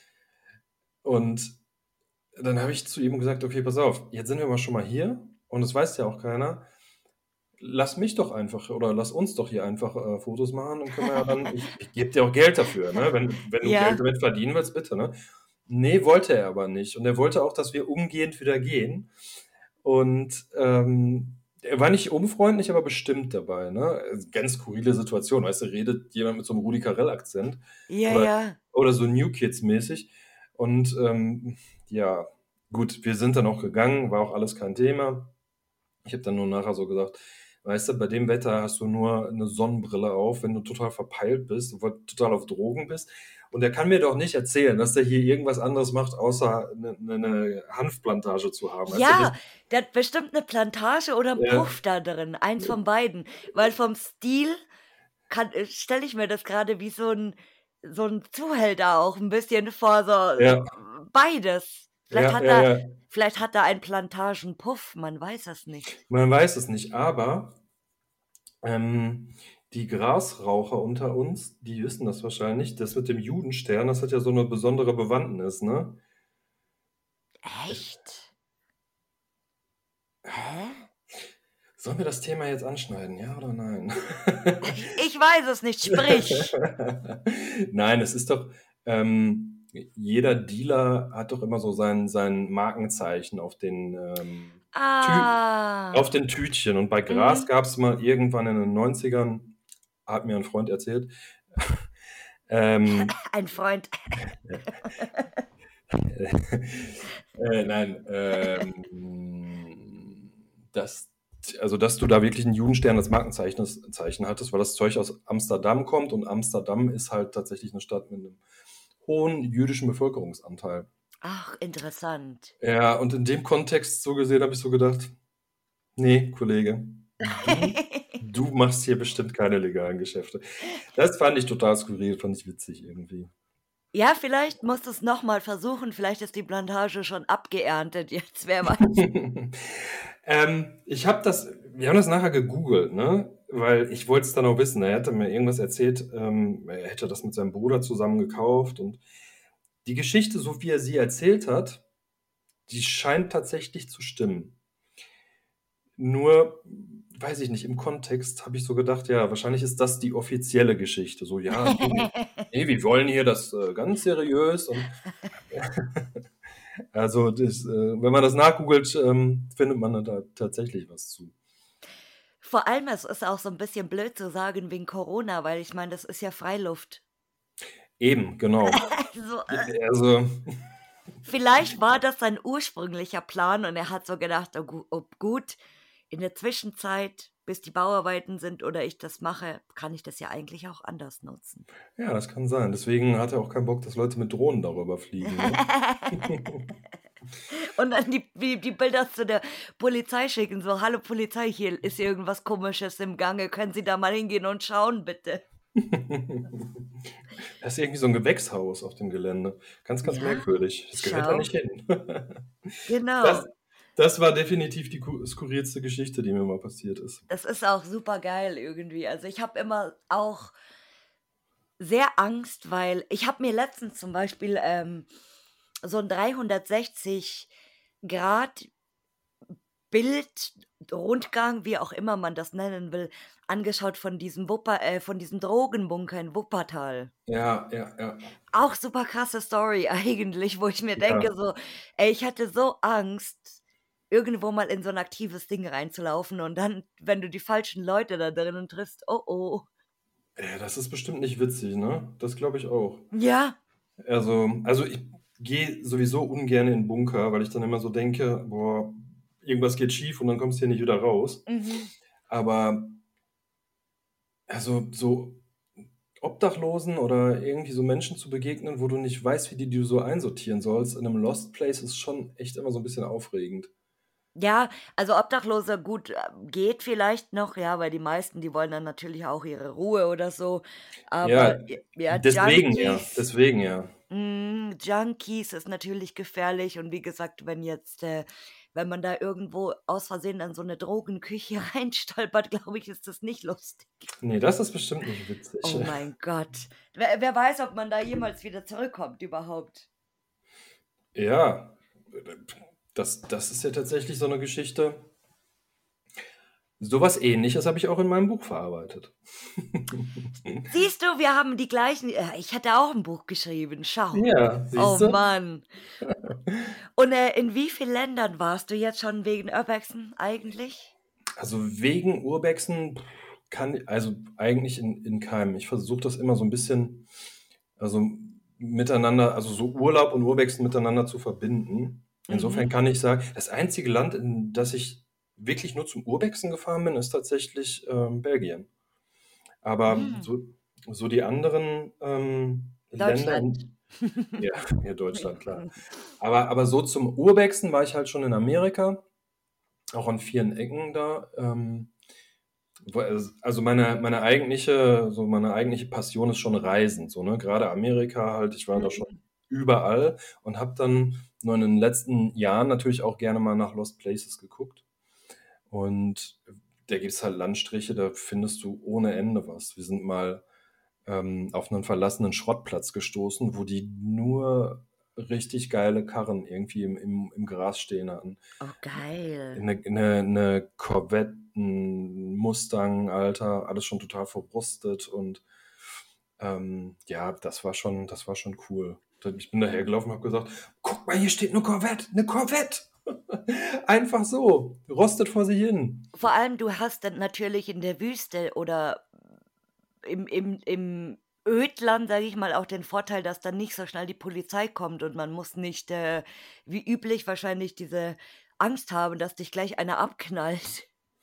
Und dann habe ich zu ihm gesagt, okay, pass auf, jetzt sind wir mal schon mal hier und das weiß ja auch keiner. Lass mich doch einfach oder lass uns doch hier einfach äh, Fotos machen, dann können wir ja dann, ich, ich gebe dir auch Geld dafür, ne? Wenn, wenn du Geld Ja. damit verdienen willst, bitte, ne? Nee, wollte er aber nicht. Und er wollte auch, dass wir umgehend wieder gehen. Und ähm, er war nicht unfreundlich, aber bestimmt dabei, ne? Also ganz skurrile Situation, weißt du, redet jemand mit so einem Rudi Carrell-Akzent Ja, oder, ja. oder so New Kids-mäßig. Und ähm, ja, gut, wir sind dann auch gegangen, war auch alles kein Thema. Ich habe dann nur nachher so gesagt, weißt du, bei dem Wetter hast du nur eine Sonnenbrille auf, wenn du total verpeilt bist, und total auf Drogen bist. Und er kann mir doch nicht erzählen, dass der hier irgendwas anderes macht, außer eine, eine Hanfplantage zu haben. Weißt du, das, Ja, der hat bestimmt eine Plantage oder 'n äh, Puff da drin, eins von beiden. Weil vom Stil kann äh, stelle ich mir das gerade wie so ein so ein Zuhälter auch ein bisschen vor so Ja, beides. Vielleicht ja, hat ja, er ja. vielleicht hat er einen Plantagenpuff, man weiß es nicht. Man weiß es nicht, aber ähm, die Grasraucher unter uns, die wissen das wahrscheinlich. Das mit dem Judenstern, das hat ja so eine besondere Bewandtnis, ne? Echt? Hä? Sollen wir das Thema jetzt anschneiden, ja oder nein? Ich ich weiß es nicht, sprich. Nein, es ist doch, ähm, jeder Dealer hat doch immer so sein, sein Markenzeichen auf den, ähm, Tü Ah. auf den Tütchen. Und bei Gras Mhm. gab es mal irgendwann in den neunzigern, hat mir ein Freund erzählt, ähm, Ein Freund. äh, nein, ähm, dass, also dass du da wirklich einen Judenstern als Markenzeichen Zeichen hattest, weil das Zeug aus Amsterdam kommt und Amsterdam ist halt tatsächlich eine Stadt mit einem hohen jüdischen Bevölkerungsanteil. Ach, interessant. Ja, und in dem Kontext so gesehen habe ich so gedacht, nee, Kollege, du, du machst hier bestimmt keine legalen Geschäfte. Das fand ich total skurril, fand ich witzig irgendwie. Ja, vielleicht musst du's noch mal versuchen, vielleicht ist die Plantage schon abgeerntet jetzt, wer weiß. ähm, ich habe das, wir haben das nachher gegoogelt, ne? Weil ich wollte es dann auch wissen. Er hatte mir irgendwas erzählt, ähm, er hätte das mit seinem Bruder zusammen gekauft und die Geschichte, so wie er sie erzählt hat, die scheint tatsächlich zu stimmen. Nur, weiß ich nicht, im Kontext habe ich so gedacht, ja, wahrscheinlich ist das die offizielle Geschichte. So, ja, nee, nee, wir wollen hier das äh, ganz seriös und also das, äh, wenn man das nachgoogelt, ähm, findet man da tatsächlich was zu. Vor allem, es ist auch so ein bisschen blöd zu sagen wegen Corona, weil ich meine, das ist ja Freiluft. Eben, genau. Also, äh, Also, vielleicht war das sein ursprünglicher Plan und er hat so gedacht: „Oh gu oh gut, in der Zwischenzeit, bis die Bauarbeiten sind oder ich das mache, kann ich das ja eigentlich auch anders nutzen.“ ja, das kann sein. Deswegen hat er auch keinen Bock, dass Leute mit Drohnen darüber fliegen, ne? Und dann die die die Bilder zu der Polizei schicken, so: „Hallo Polizei, hier ist irgendwas Komisches im Gange. Können Sie da mal hingehen und schauen, bitte?“ Das ist irgendwie so ein Gewächshaus auf dem Gelände. Ganz, ganz Ja, merkwürdig. Das gehört da schau. nicht hin. Das Genau. das war definitiv die ku skurrilste Geschichte, die mir mal passiert ist. Das ist auch super geil irgendwie. Also, ich habe immer auch sehr Angst, weil ich habe mir letztens zum Beispiel, ähm, so 'n dreihundertsechzig Grad Bild, Rundgang, wie auch immer man das nennen will, angeschaut von diesem Wupper äh, von diesem Drogenbunker in Wuppertal. Ja, ja, ja. Auch super krasse Story eigentlich, wo ich mir denke Ja, so: „Ey, ich hatte so Angst, irgendwo mal in so 'n aktives Ding reinzulaufen und dann, wenn du die falschen Leute da drinnen triffst, oh, oh.“ ja, das ist bestimmt nicht witzig, ne? Das glaube ich auch. Ja, Also also, ich gehe sowieso ungern in Bunker, weil ich dann immer so denke: „Boah, irgendwas geht schief und dann kommst du hier nicht wieder raus.“ mhm. Aber also, so Obdachlosen oder irgendwie so Menschen zu begegnen, wo du nicht weißt, wie die du so einsortieren sollst in 'nem Lost Place, ist schon echt immer so 'n bisschen aufregend. Ja, also Obdachlose, gut, äh, geht vielleicht noch, ja, weil die meisten, die wollen dann natürlich auch ihre Ruhe oder so. Aber Ja, j ja, deswegen ja, Junkies deswegen ja. hm, Junkies ist natürlich gefährlich und wie gesagt, wenn jetzt äh, wenn man da irgendwo aus Versehen in so 'ne Drogenküche reinstolpert, glaube ich, ist das nicht lustig. Ne, das ist bestimmt nicht witzig. Oh mein Gott. Wer wer weiß, ob man da jemals wieder zurückkommt überhaupt. Ja, das das ist ja tatsächlich so 'ne Geschichte. So was Ähnliches habe ich auch in meinem Buch verarbeitet. Siehst du, wir haben die gleichen äh, ich hätte auch 'n Buch geschrieben, schau. Ja, Oh siehst du? Mann. Und, äh, in wie viel Ländern warst du jetzt schon wegen Urbexen eigentlich? Also, wegen Urbexen kann also, eigentlich in in keinem. Ich versuche das immer so 'n bisschen, also, miteinander, also, so Urlaub und Urbexen miteinander zu verbinden. Insofern Mhm. kann ich sagen, das einzige Land, in das ich wirklich nur zum Urbexen gefahren bin, ist tatsächlich, ähm, Belgien. Aber Hm, so so die anderen, ähm, Länder Deutschland. in ja, ja, Deutschland, klar. Aber aber so zum Urbexen war ich halt schon in Amerika, auch an vielen Ecken da. Ähm, Wo es also meine meine eigentliche so meine eigentliche Passion ist schon Reisen, so, ne? Grade Amerika halt. Ich war da schon Mhm. überall und habe dann nur in den letzten Jahren natürlich auch gerne mal nach Lost Places geguckt. Und da gibt's halt Landstriche, da findest du ohne Ende was. Wir sind mal, ähm, auf 'nen verlassenen Schrottplatz gestoßen, wo die nur richtig geile Karren irgendwie im im im Gras stehen hatten. Oh, geil. 'Ne 'ne 'ne Corvette, 'n Mustang, Alter, alles schon total verrostet und, ähm, ja, das war schon das war schon cool. Dann ich bin dahergelaufen und habe gesagt: „Guck mal, hier steht 'ne Corvette, 'ne Corvette!“ Einfach so, rostet vor sich hin. Vor allem, du hast dann natürlich in der Wüste oder im im im Ödland, sage ich mal, auch den Vorteil, dass dann nicht so schnell die Polizei kommt und man muss nicht, äh, wie üblich wahrscheinlich diese Angst haben, dass dich gleich einer abknallt.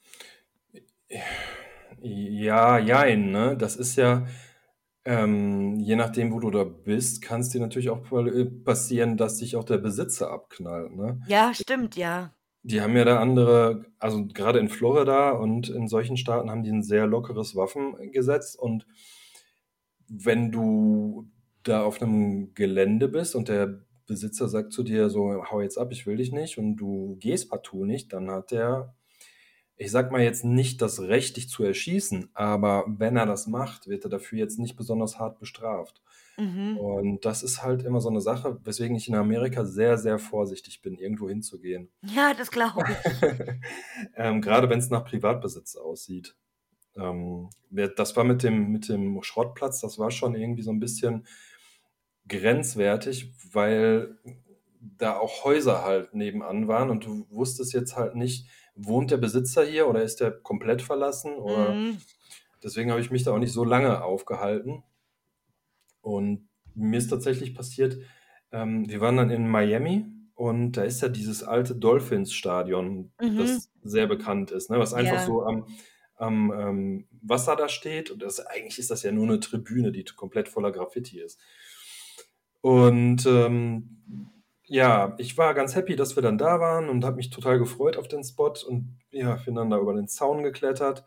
Ja, jein, ne? Das ist ja, ähm je nachdem, wo du da bist, kann's dir natürlich auch voll äh, passieren, dass dich auch der Besitzer abknallt, ne? Ja, stimmt, ja. Die haben ja da andere also grade in Florida und in solchen Staaten haben die 'n sehr lockeres Waffengesetz und wenn du da auf 'nem Gelände bist und der Besitzer sagt zu dir so: „Hau jetzt ab, ich will dich nicht“ und du gehst partout nicht, dann hat der, ich sage mal jetzt nicht das Recht, dich zu erschießen, aber wenn er das macht, wird er dafür jetzt nicht besonders hart bestraft. Mhm. Und das ist halt immer so 'ne Sache, weswegen ich in Amerika sehr, sehr vorsichtig bin, irgendwo hinzugehen. Ja, das glaube ich. Ähm, grade wenn's nach Privatbesitz aussieht. Ähm, wir das war mit dem mit dem Schrottplatz, das war schon irgendwie so 'n bisschen grenzwertig, weil da auch Häuser halt nebenan waren und du wusstest jetzt halt nicht, wohnt der Besitzer hier oder ist der komplett verlassen oder Mhm. deswegen habe ich mich da auch nicht so lange aufgehalten. Und mir ist tatsächlich passiert, ähm, wir waren dann in Miami und da ist ja dieses alte Dolphins-Stadion, Mhm. das sehr bekannt ist, ne, was einfach Ja. so am am, ähm, Wasser da steht und das eigentlich ist das ja nur 'ne Tribüne, die t komplett voller Graffiti ist. Und, ähm, ja, ich war ganz happy, dass wir dann da waren und habe mich total gefreut auf den Spot und ja, bin dann da über den Zaun geklettert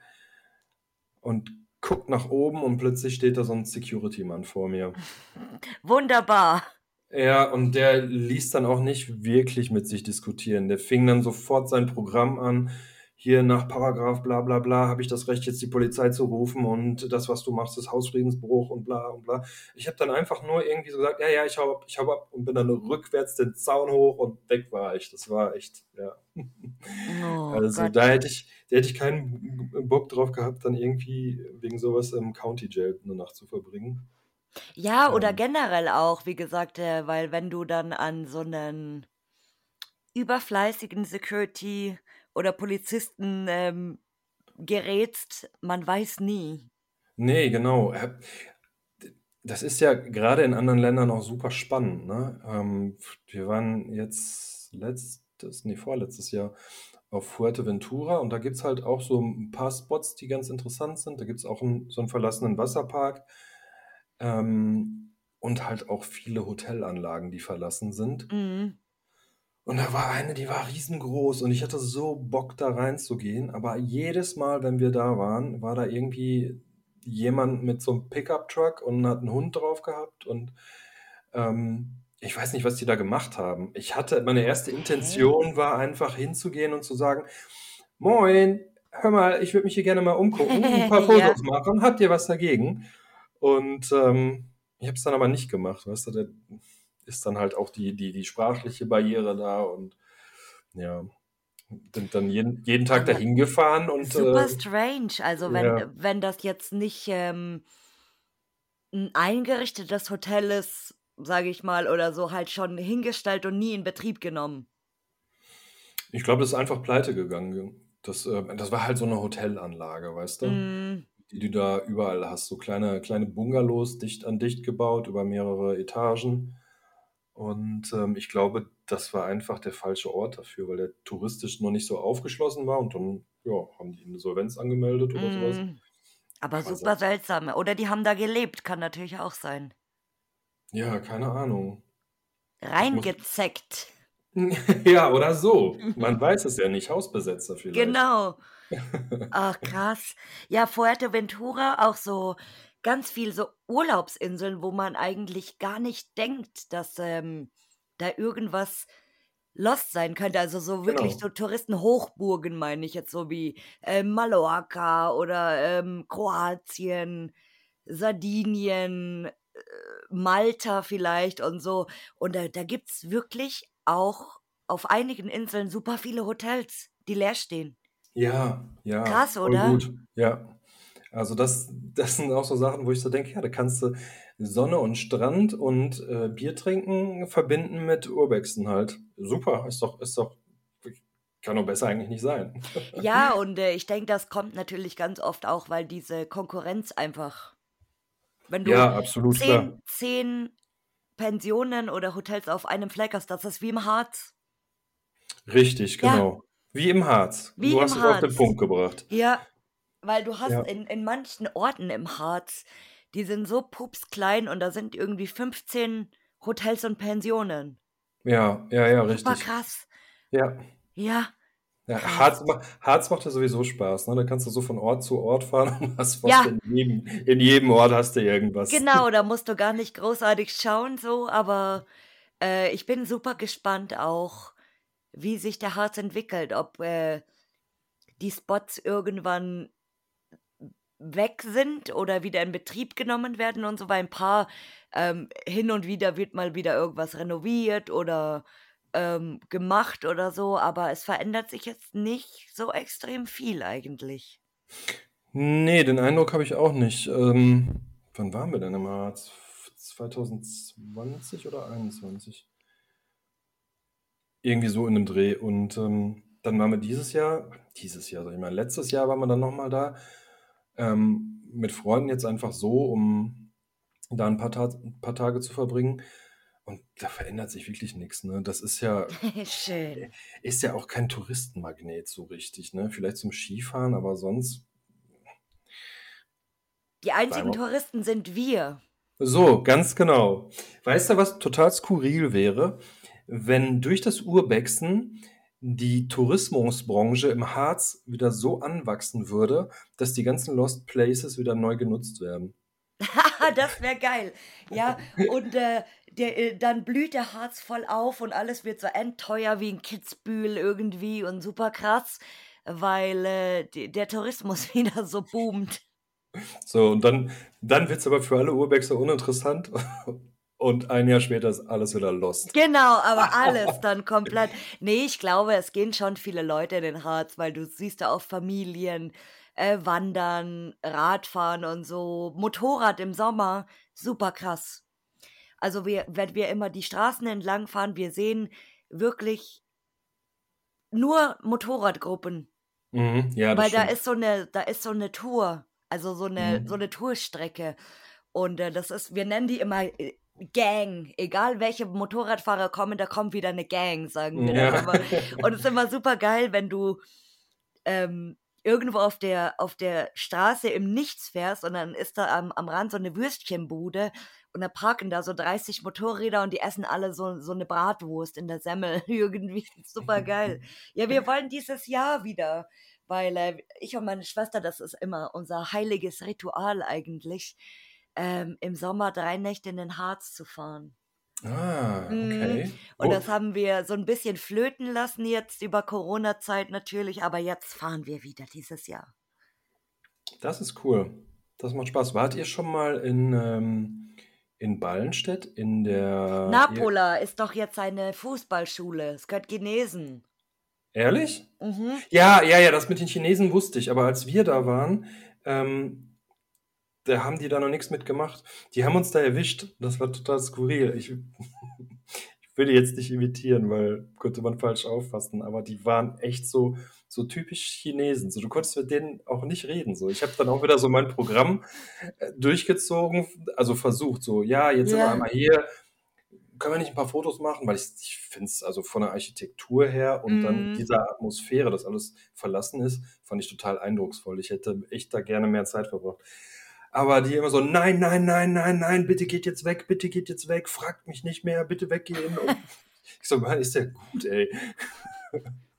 und gucke nach oben und plötzlich steht da so 'n Security-Mann vor mir. Wunderbar. Ja, und der ließ dann auch nicht wirklich mit sich diskutieren. Der fing dann sofort sein Programm an: „Hier nach Paragraph bla bla bla habe ich das Recht, jetzt die Polizei zu rufen und das, was du machst, ist Hausfriedensbruch und bla und bla.“ Ich habe dann einfach nur irgendwie so gesagt: „Ja, ja, ich haue ab, ich haue ab“ und bin dann rückwärts den Zaun hoch und weg war ich. Das war echt ja. Oh Also, da Gott. hätte ich da hätte ich keinen B Bock drauf gehabt, dann irgendwie wegen so was im County Jail 'ne Nacht zu verbringen. Ja, oder Ähm. generell auch, wie gesagt, äh, weil wenn du dann an so 'nen überfleißigen Security oder Polizisten, ähm, gerätst, man weiß nie. Ne, genau. Äh, d das ist ja grade in anderen Ländern auch super spannend, ne? Ähm, f wir waren jetzt letztes ne, vorletztes Jahr auf Fuerteventura und da gibt's halt auch so 'n paar Spots, die ganz interessant sind. Da gibt's auch 'n so 'n verlassenen Wasserpark, ähm, und halt auch viele Hotelanlagen, die verlassen sind. Mhm. Und da war eine, die war riesengroß und ich hatte so Bock, da reinzugehen, aber jedes Mal, wenn wir da waren, war da irgendwie jemand mit so 'm Pickup-Truck und hat 'n Hund drauf gehabt und, ähm, ich weiß nicht, was die da gemacht haben. Ich hatte meine erste Okay. Intention war einfach hinzugehen und zu sagen: „Moin, hör mal, ich würde mich hier gerne mal umgucken, 'n paar Ja. Fotos machen. Habt ihr was dagegen?“ Und, ähm, ich habe es dann aber nicht gemacht, weißt du? Da ist dann halt auch die die die sprachliche Barriere da und ja, bin dann jeden jeden Tag Aber dahin gefahren und, äh super strange. Also, wenn ja. wenn das jetzt nicht, ähm 'n eingerichtetes Hotel ist, sage ich mal, oder so halt schon hingestellt und nie in Betrieb genommen. Ich glaube, das ist einfach pleitegegangen. Das, äh das war halt so 'ne Hotelanlage, weißt du, Mhm. die du da überall hast, so kleine kleine Bungalows dicht an dicht gebaut über mehrere Etagen. Und, ähm, ich glaube, das war einfach der falsche Ort dafür, weil der touristisch noch nicht so aufgeschlossen war und dann, ja, haben die Insolvenz angemeldet oder so was. Mhm. Aber Aber super sonst seltsam. Oder die haben da gelebt, kann natürlich auch sein. Ja, keine Ahnung. Ich muss Reingezeckt. Ja, oder so. Man weiß es ja nicht. Hausbesetzer vielleicht. Genau. Ach, krass. Ja, Fuerteventura auch so ganz viel so Urlaubsinseln, wo man eigentlich gar nicht denkt, dass, ähm, da irgendwas lost sein könnte. Also, so wirklich Genau. so Touristenhochburgen meine ich jetzt, so wie, äh, Mallorca oder, ähm, Kroatien, Sardinien, äh, Malta vielleicht und so. Und da da gibt's wirklich auch auf einigen Inseln super viele Hotels, die leer stehen. Ja, ja, Krass, voll oder? gut. Ja. Also das das sind auch so Sachen, wo ich so denke, ja, da kannst du Sonne und Strand und, äh, Bier trinken verbinden mit Urbexen halt. Super, ist doch ist doch kann doch besser eigentlich nicht sein. Ja, und, äh, ich denke, das kommt natürlich ganz oft auch, weil diese Konkurrenz einfach wenn du Ja, absolut klar. zehn zehn Pensionen oder Hotels auf einem Fleck hast, das ist wie im Harz. Richtig, Ja, genau. Wie im Harz. wie Du im hast es auf den Harz. Punkt gebracht. Ja, weil du hast Ja, in in manchen Orten im Harz, die sind so pupsklein und da sind irgendwie fünfzehn Hotels und Pensionen. ja, ja, ja, Super richtig. krass. Ja. Ja, Ja, krass. Harz ma Harz macht ja sowieso Spaß, ne? Da kannst du so von Ort zu Ort fahren und hast fast Ja, in jedem in jedem Ort hast du irgendwas. genau, da musst du gar nicht großartig schauen so, aber, äh, ich bin super gespannt auch, wie sich der Harz entwickelt, ob, äh, die Spots irgendwann weg sind oder wieder in Betrieb genommen werden und so, weil ein paar ähm, hin und wieder wird mal wieder irgendwas renoviert oder, ähm, gemacht oder so, aber es verändert sich jetzt nicht so extrem viel eigentlich. Ne, den Eindruck habe ich auch nicht. Ähm, wann waren wir denn im Harz? zwanzig zwanzig oder einundzwanzig? Irgendwie so in 'nem Dreh. Und, ähm, dann waren wir dieses Jahr dieses Jahr, sage ich mal, letztes Jahr waren wir dann noch mal da, ähm, mit Freunden jetzt einfach so, um da 'n paar Tat 'n paar Tage zu verbringen. Und da verändert sich wirklich nix, ne? Das ist ja äh, Schön. ist ja auch kein Touristenmagnet so richtig, ne? Vielleicht zum Skifahren, aber sonst Die bleiben einzigen wir Touristen sind wir. so, ganz genau. Weißt du, was total skurril wäre? Wenn durch das Urbexen die Tourismusbranche im Harz wieder so anwachsen würde, dass die ganzen Lost Places wieder neu genutzt werden. Das wäre geil. Ja, und, äh, der äh, dann blüht der Harz voll auf und alles wird so endteuer wie in Kitzbühel irgendwie und super krass, weil, äh, d der Tourismus wieder so boomt. So, und dann dann wird's aber für alle Urbexer uninteressant und ein Jahr später ist alles wieder Lost. Genau, aber alles dann komplett. Ne, ich glaube, es gehen schon viele Leute in den Harz, weil du siehst da auch Familien, äh, wandern, Radfahren und so. Motorrad im Sommer, super krass. Also, wir wenn wir immer die Straßen entlang fahren, wir sehen wirklich nur Motorradgruppen, Mhm, ja, das weil da stimmt. ist so 'ne da ist so 'ne Tour, also so 'ne so Mhm. 'ne Tourstrecke. Und, äh, das ist wir nennen die immer, äh, Gang. Egal welche Motorradfahrer kommen, da kommt wieder 'ne Gang, sagen wir dann Ja. immer. Und es ist immer supergeil, wenn du, ähm, irgendwo auf der auf der Straße im Nichts fährst und dann ist da am am Rand so 'ne Würstchenbude und da parken da so dreißig Motorräder und die essen alle so so 'ne Bratwurst in der Semmel irgendwie. Supergeil. Ja, wir wollen dieses Jahr wieder, weil, äh, ich und meine Schwester, das ist immer unser heiliges Ritual eigentlich, ähm, im Sommer drei Nächte in den Harz zu fahren. Ah, Mhm. okay. Und Wo das haben wir so 'n bisschen flöten lassen jetzt über Corona-Zeit natürlich, aber jetzt fahren wir wieder dieses Jahr. Das ist cool. Das macht Spaß. Wart ihr schon mal in, ähm in Ballenstedt in der e Napola ist doch jetzt eine Fußballschule. Es gehört Genesen. ehrlich? Mhm. Ja, ja, ja, das mit den Chinesen wusste ich, aber als wir da waren, ähm, da haben die da noch nix mit gemacht. Die haben uns da erwischt. Das war total skurril. Ich ich will die jetzt nicht imitieren, weil könnte man falsch auffassen, aber die waren echt so so typisch Chinesen. So, du konntest mit denen auch nicht reden so. Ich habe dann auch wieder so mein Programm, äh, durchgezogen, also versucht so: „Ja, jetzt sind wir Ja. einmal hier. Können wir nicht 'n paar Fotos machen?“ Weil ich ich finde es also von der Architektur her und dann Mhm. dieser Atmosphäre, dass alles verlassen ist, fand ich total eindrucksvoll. Ich hätte echt da gerne mehr Zeit verbracht. Aber die immer so: „Nein, nein, nein, nein, nein, bitte geht jetzt weg, bitte geht jetzt weg, fragt mich nicht mehr, bitte weggehen.“ Und ich so: „Mann, ist der gut, ey.“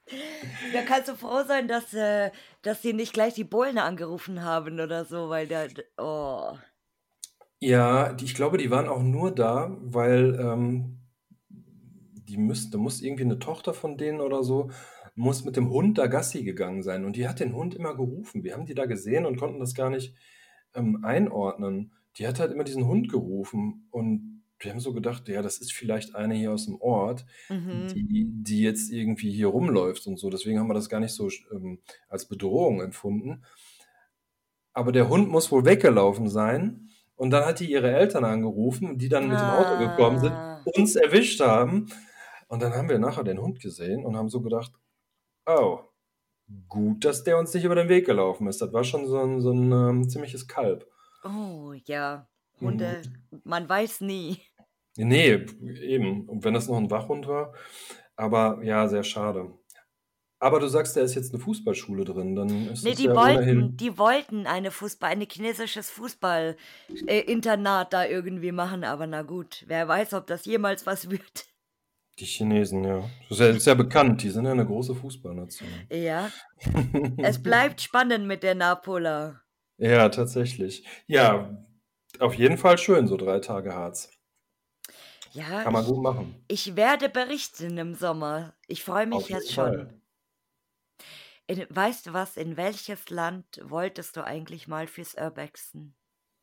Da kannst du froh sein, dass, äh, dass sie nicht gleich die Bullen angerufen haben oder so, weil der, d- oh. Ja, die, ich glaube, die waren auch nur da, weil ähm, die müssen, da muss irgendwie eine Tochter von denen oder so, muss mit dem Hund da Gassi gegangen sein. Und die hat den Hund immer gerufen. Wir haben die da gesehen und konnten das gar nicht ähm, einordnen. Die hat halt immer diesen Hund gerufen. Und wir haben so gedacht, ja, das ist vielleicht eine hier aus dem Ort, Mhm. die, die jetzt irgendwie hier rumläuft und so. Deswegen haben wir das gar nicht so ähm, als Bedrohung empfunden. Aber der Hund muss wohl weggelaufen sein. Und dann hat die ihre Eltern angerufen, die dann mit dem Auto gekommen sind, Ah. uns erwischt haben. Und dann haben wir nachher den Hund gesehen und haben so gedacht, oh, gut, dass der uns nicht über den Weg gelaufen ist. Das war schon so ein, so ein ähm, ziemliches Kalb. Oh, ja. Mhm. Hunde, man weiß nie. Nee, eben. Und wenn das noch ein Wachhund war. Aber ja, sehr schade. Aber du sagst, da ist jetzt eine Fußballschule drin, dann ist Nee, das die ja wollten, ohnehin die wollten eine Fußball, ein chinesisches Fußball-Internat da irgendwie machen, aber na gut, wer weiß, ob das jemals was wird. die Chinesen, ja. Das ist ja, ist ja bekannt, die sind ja eine große Fußballnation. Ja, es bleibt spannend mit der Napola. Ja, tatsächlich. Ja, auf jeden Fall schön, so drei Tage Harz. Ja, Kann man ich, gut machen. ich werde berichten im Sommer. Ich freue mich Auf jetzt jeden schon. Fall. In, weißt du was, in welches Land wolltest du eigentlich mal fürs Urbexen?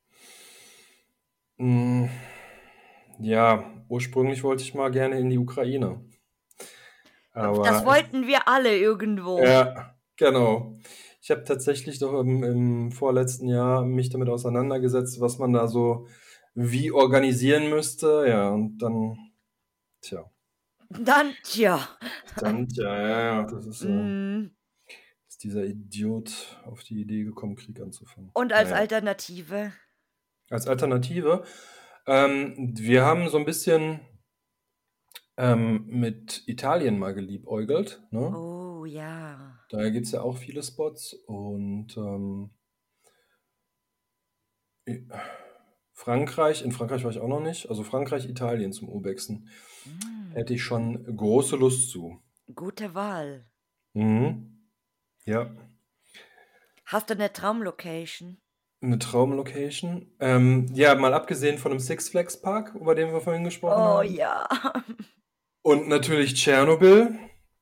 Hm, ja, ursprünglich wollte ich mal gerne in die Ukraine. Das Aber ich, wollten wir alle irgendwo. ja, genau. Ich habe tatsächlich doch im, im vorletzten Jahr mich damit auseinandergesetzt, was man da so wie organisieren müsste. Ja, und dann, tja, Dann, tja. dann, tja, ja, ja, das ist, äh, Mm. ist dieser Idiot auf die Idee gekommen, Krieg anzufangen. Und als Naja. Alternative? Als Alternative. Ähm, wir haben so ein bisschen ähm, mit Italien mal geliebäugelt. Ne? Oh ja. Da gibt es ja auch viele Spots. Und ähm, i- Frankreich, in Frankreich war ich auch noch nicht. Also Frankreich, Italien zum Urbexen. Mm. Hätte ich schon große Lust zu. Gute Wahl. Mhm. Ja, Hast du eine Traumlocation? eine Traumlocation. Ähm, ja, mal abgesehen von dem Six Flags Park, über den wir vorhin gesprochen Oh haben. ja. Und natürlich Tschernobyl.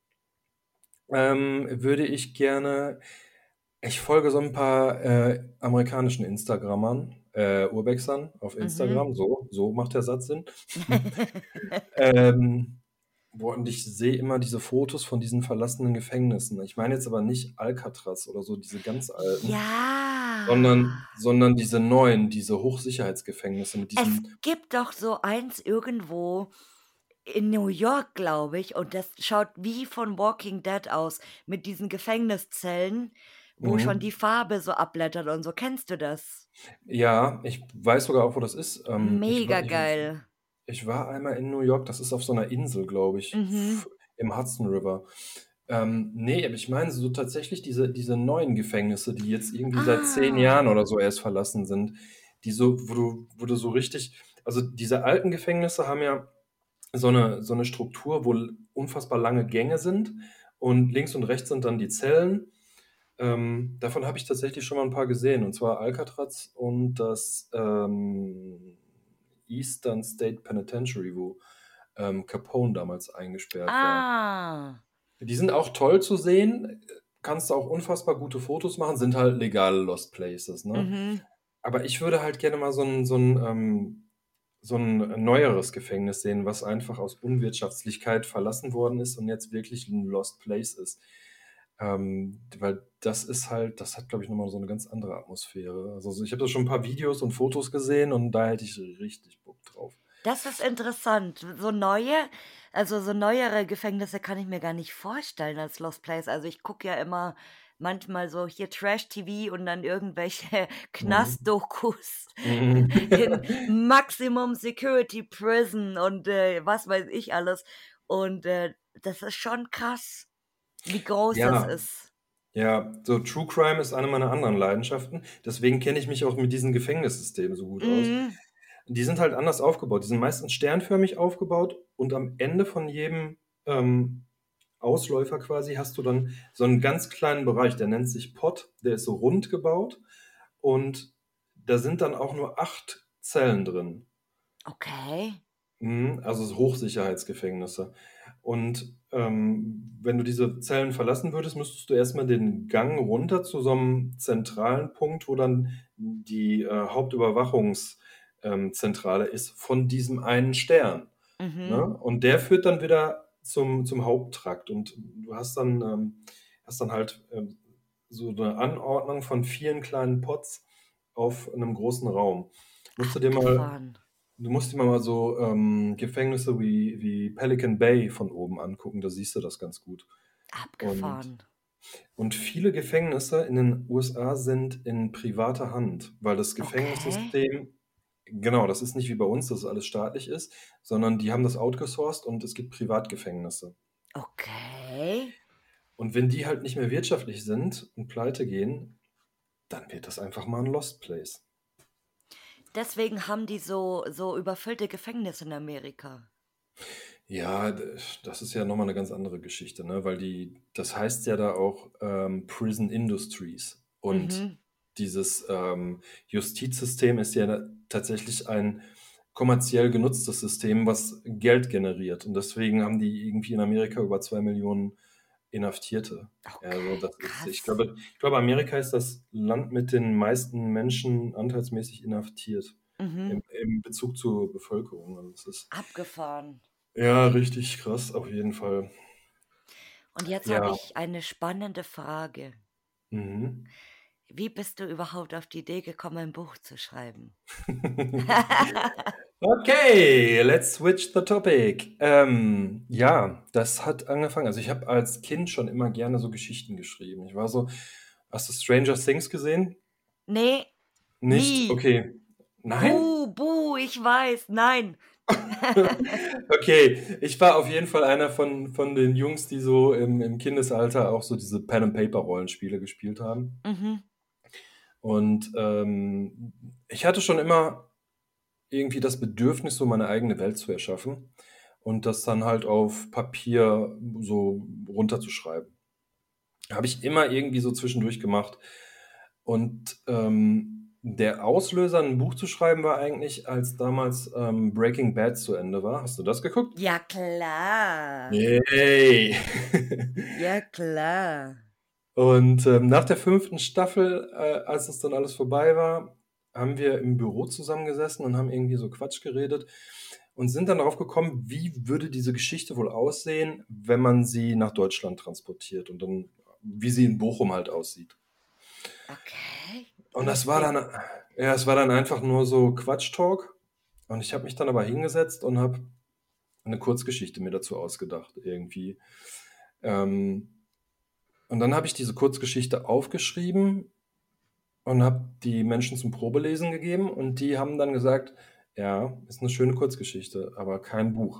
Ähm, würde ich gerne. Ich folge so ein paar äh, amerikanischen Instagrammern, äh, Urbexern auf Mhm. Instagram. So, so macht der Satz Sinn. ähm, boah, und ich sehe immer diese Fotos von diesen verlassenen Gefängnissen. Ich meine jetzt aber nicht Alcatraz oder so, diese ganz alten, Ja. sondern, sondern diese neuen, diese Hochsicherheitsgefängnisse mit Es diesen. gibt doch so eins irgendwo in New York, glaube ich, und das schaut wie von Walking Dead aus, mit diesen Gefängniszellen, wo schon die Mhm. Farbe so abblättert und so. Kennst du das? Ja, ich weiß sogar auch, wo das ist. Ähm, ich war, Mega ich, geil. ich war einmal in New York, das ist auf so einer Insel, glaube ich, Mhm. f- im Hudson River. Ähm, nee, aber ich meine so tatsächlich diese, diese neuen Gefängnisse, die jetzt irgendwie seit zehn Jahren Ah. oder so erst verlassen sind, die so, wo du, wo du so richtig, also diese alten Gefängnisse haben ja so eine, so eine Struktur, wo unfassbar lange Gänge sind und links und rechts sind dann die Zellen. Ähm, davon habe ich tatsächlich schon mal ein paar gesehen, und zwar Alcatraz und das ähm, Eastern State Penitentiary, wo ähm, Capone damals eingesperrt war. Ah. Die sind auch toll zu sehen, kannst du auch unfassbar gute Fotos machen, sind halt legale Lost Places, ne? Mhm. Aber ich würde halt gerne mal so ein, so ein, ähm, so ein neueres Gefängnis sehen, was einfach aus Unwirtschaftlichkeit verlassen worden ist und jetzt wirklich ein Lost Place ist. Ähm, weil das ist halt, das hat, glaube ich, nochmal so eine ganz andere Atmosphäre. Also so- ich habe da schon ein paar Videos und Fotos gesehen und da hätte ich richtig Bock drauf. Das ist interessant. So neue, also so neuere Gefängnisse kann ich mir gar nicht vorstellen als Lost Place. Also ich gucke ja immer manchmal so hier Trash-T V und dann irgendwelche Mhm. Knastdokus Mhm. in Maximum Security Prison und äh, was weiß ich alles. Und äh, das ist schon krass, wie groß das Ja, ist. ja, so True Crime ist eine meiner anderen Leidenschaften. Deswegen kenne ich mich auch mit diesen Gefängnissystemen so gut aus. Mhm. Die sind halt anders aufgebaut. Die sind meistens sternförmig aufgebaut und am Ende von jedem ähm, Ausläufer quasi hast du dann so einen ganz kleinen Bereich, der nennt sich Pod, der ist so rund gebaut und da sind dann auch nur acht Zellen drin. Okay. Mhm, also so Hochsicherheitsgefängnisse. Und ähm, wenn du diese Zellen verlassen würdest, müsstest du erstmal den Gang runter zu so einem zentralen Punkt, wo dann die äh, Hauptüberwachungszentrale ist von diesem einen Stern. Ne? Mhm. Und der führt dann wieder zum, zum Haupttrakt. Und du hast dann, ähm, hast dann halt ähm, so eine Anordnung von vielen kleinen Pods auf einem großen Raum. Musst du dir mal Abgefahren. Du musst dir mal so ähm, Gefängnisse wie, wie Pelican Bay von oben angucken, da siehst du das ganz gut. Und, Abgefahren. und viele Gefängnisse in den U S A sind in privater Hand, weil das Okay. Gefängnissystem, genau, das ist nicht wie bei uns, dass es alles staatlich ist, sondern die haben das outgesourced und es gibt Privatgefängnisse. Okay. Und wenn die halt nicht mehr wirtschaftlich sind und pleite gehen, dann wird das einfach mal ein Lost Place. Deswegen haben die so, so überfüllte Gefängnisse in Amerika. Ja, d- das ist ja nochmal eine ganz andere Geschichte, ne? Weil die, das heißt ja da auch ähm, Prison Industries. Und Mhm. dieses ähm, Justizsystem ist ja tatsächlich ein kommerziell genutztes System, was Geld generiert. Und deswegen haben die irgendwie in Amerika über zwei Millionen Inhaftierte. Also Okay, das ist, ich krass. glaube, ich glaube, Amerika ist das Land mit den meisten Menschen anteilsmäßig inhaftiert Mhm. im, im Bezug zur Bevölkerung. Also das ist Abgefahren. ja, richtig krass, auf jeden Fall. Und jetzt habe Ja. ich eine spannende Frage. Mhm. Wie bist du überhaupt auf die Idee gekommen, ein Buch zu schreiben? Okay, let's switch the topic. Ähm, ja, das hat angefangen. Also ich habe als Kind schon immer gerne so Geschichten geschrieben. Ich war so, hast du Stranger Things gesehen? Nee, Nicht? nie. Okay. Nein? Buh, buh, ich weiß, nein. Okay, ich war auf jeden Fall einer von, von den Jungs, die so im, im Kindesalter auch so diese Pen-and-Paper-Rollenspiele gespielt haben. Mhm. Und ähm, ich hatte schon immer irgendwie das Bedürfnis, so meine eigene Welt zu erschaffen und das dann halt auf Papier so runterzuschreiben. Habe ich immer irgendwie so zwischendurch gemacht. Und ähm, der Auslöser, ein Buch zu schreiben, war eigentlich, als damals ähm, Breaking Bad zu Ende war. Hast du das geguckt? Ja, klar. Yay! Ja, klar. Und ähm, nach der fünften Staffel, äh, als das dann alles vorbei war, haben wir im Büro zusammengesessen und haben irgendwie so Quatsch geredet und sind dann darauf gekommen, wie würde diese Geschichte wohl aussehen, wenn man sie nach Deutschland transportiert und dann, wie sie in Bochum halt aussieht. Okay, Und das war lustig. dann, ja, es war dann einfach nur so Quatsch-Talk. Und ich habe mich dann aber hingesetzt und habe eine Kurzgeschichte mir dazu ausgedacht, irgendwie. Ähm, und dann habe ich diese Kurzgeschichte aufgeschrieben und habe die Menschen zum Probelesen gegeben und die haben dann gesagt, ja, ist eine schöne Kurzgeschichte, aber kein Buch.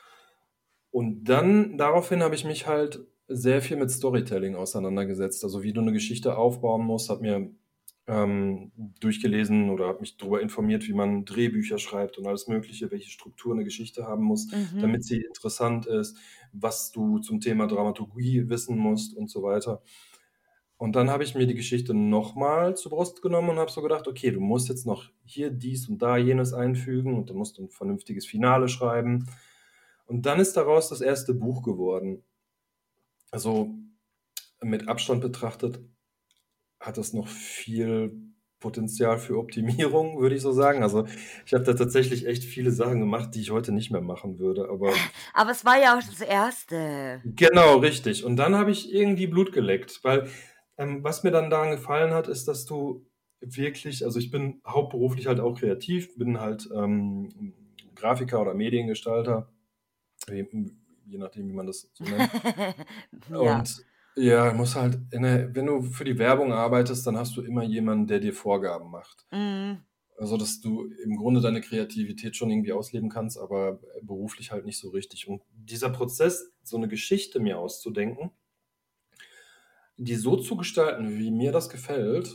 Und dann daraufhin habe ich mich halt sehr viel mit Storytelling auseinandergesetzt, also wie du eine Geschichte aufbauen musst, habe mir ähm, durchgelesen oder habe mich darüber informiert, wie man Drehbücher schreibt und alles Mögliche, welche Struktur eine Geschichte haben muss, Mhm. damit sie interessant ist, was du zum Thema Dramaturgie wissen musst und so weiter. Und dann habe ich mir die Geschichte nochmal zur Brust genommen und habe so gedacht, okay, du musst jetzt noch hier dies und da jenes einfügen und dann musst du ein vernünftiges Finale schreiben. Und dann ist daraus das erste Buch geworden. Also mit Abstand betrachtet hat das noch viel Potenzial für Optimierung, würde ich so sagen. Also ich habe da tatsächlich echt viele Sachen gemacht, die ich heute nicht mehr machen würde. Aber Aber es war ja auch das Erste. genau, richtig. Und dann habe ich irgendwie Blut geleckt, weil ähm, was mir dann daran gefallen hat, ist, dass du wirklich, also ich bin hauptberuflich halt auch kreativ, bin halt ähm, Grafiker oder Mediengestalter, je, je nachdem, wie man das so nennt. Ja. Und ja, muss halt, in der, wenn du für die Werbung arbeitest, dann hast du immer jemanden, der dir Vorgaben macht. Mhm. Also, dass du im Grunde deine Kreativität schon irgendwie ausleben kannst, aber beruflich halt nicht so richtig. Und dieser Prozess, so eine Geschichte mir auszudenken, die so zu gestalten, wie mir das gefällt,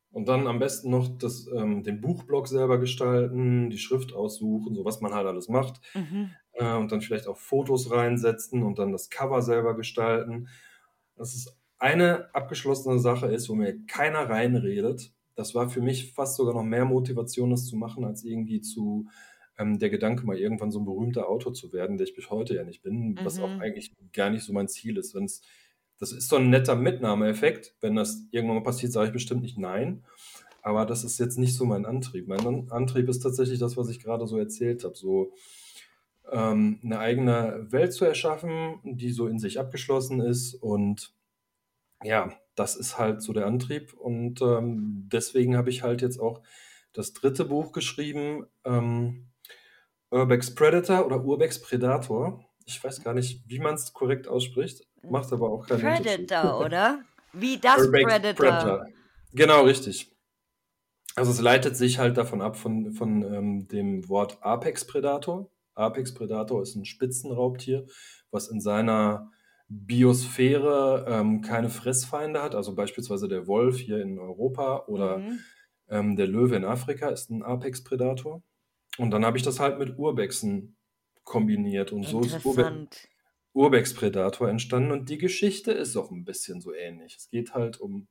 Und dann am besten noch das, ähm, den Buchblock selber gestalten, die Schrift aussuchen, so was man halt alles macht. Mhm. Äh, und dann vielleicht auch Fotos reinsetzen und dann das Cover selber gestalten. Dass es eine abgeschlossene Sache ist, wo mir keiner reinredet. Das war für mich fast sogar noch mehr Motivation, das zu machen, als irgendwie zu ähm, der Gedanke, mal irgendwann so ein berühmter Autor zu werden, der ich bis heute ja nicht bin, was auch Mhm. eigentlich gar nicht so mein Ziel ist. Wenn's, das ist so ein netter Mitnahmeeffekt. Wenn das irgendwann mal passiert, sage ich bestimmt nicht nein. Aber das ist jetzt nicht so mein Antrieb. Mein An- Antrieb ist tatsächlich das, was ich gerade so erzählt habe. So ähm, eine eigene Welt zu erschaffen, die so in sich abgeschlossen ist. Und ja, das ist halt so der Antrieb. Und ähm, deswegen habe ich halt jetzt auch das dritte Buch geschrieben, ähm, Urbex Predator oder Urbex Predator. Ich weiß gar nicht, wie man es korrekt ausspricht, macht aber auch keinen Unterschied. Predator, oder? Wie das Urbex Predator. Predator. Genau, richtig. Also es leitet sich halt davon ab von, von ähm, dem Wort Apex Predator. Apex Predator ist ein Spitzenraubtier, was in seiner Biosphäre ähm, keine Fressfeinde hat. Also beispielsweise der Wolf hier in Europa oder Mhm. ähm, der Löwe in Afrika ist ein Apex Predator. Und dann habe ich das halt mit Urbexen kombiniert und so ist Urbe Interessant. Urbex Predator entstanden. Und die Geschichte ist auch ein bisschen so ähnlich. Es geht halt um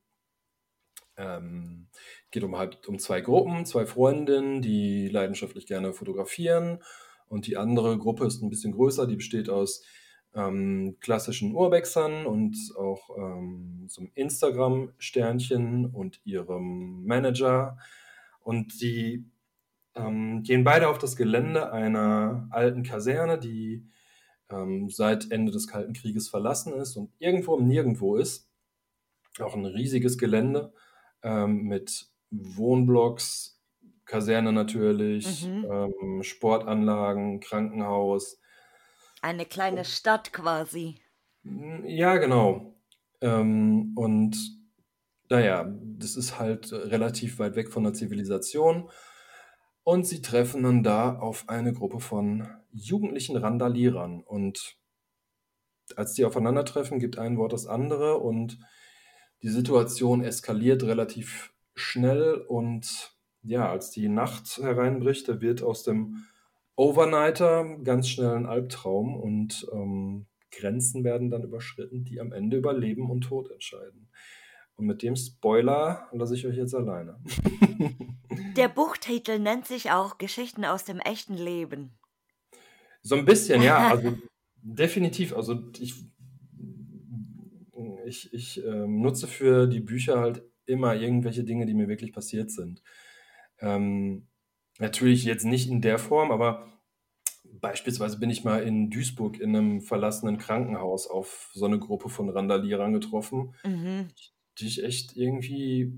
ähm, geht um halt um zwei Gruppen, zwei Freundinnen, die leidenschaftlich gerne fotografieren. Und die andere Gruppe ist ein bisschen größer, die besteht aus ähm, klassischen Urbexern und auch ähm, so einem Instagram-Sternchen und ihrem Manager. Und die ähm, gehen beide auf das Gelände einer alten Kaserne, die ähm, seit Ende des Kalten Krieges verlassen ist und irgendwo im Nirgendwo ist. Auch ein riesiges Gelände ähm, mit Wohnblocks, Kaserne natürlich, Mhm. ähm, Sportanlagen, Krankenhaus. Eine kleine Stadt quasi. Mm, Ja, genau. Ähm, und naja, das ist halt äh, relativ weit weg von der Zivilisation. Und sie treffen dann da auf eine Gruppe von jugendlichen Randalierern. Und als die aufeinandertreffen, gibt ein Wort das andere und die Situation eskaliert relativ schnell und ja, als die Nacht hereinbricht, da wird aus dem Overnighter ganz schnell ein Albtraum und ähm, Grenzen werden dann überschritten, die am Ende über Leben und Tod entscheiden. Und mit dem Spoiler lasse ich euch jetzt alleine. Der Buchtitel nennt sich auch Geschichten aus dem echten Leben. So ein bisschen, ja, also definitiv. Also ich, ich, ich ähm, nutze für die Bücher halt immer irgendwelche Dinge, die mir wirklich passiert sind. Ähm, natürlich jetzt nicht in der Form, aber beispielsweise bin ich mal in Duisburg in einem verlassenen Krankenhaus auf so eine Gruppe von Randalierern getroffen, Mhm. die ich echt irgendwie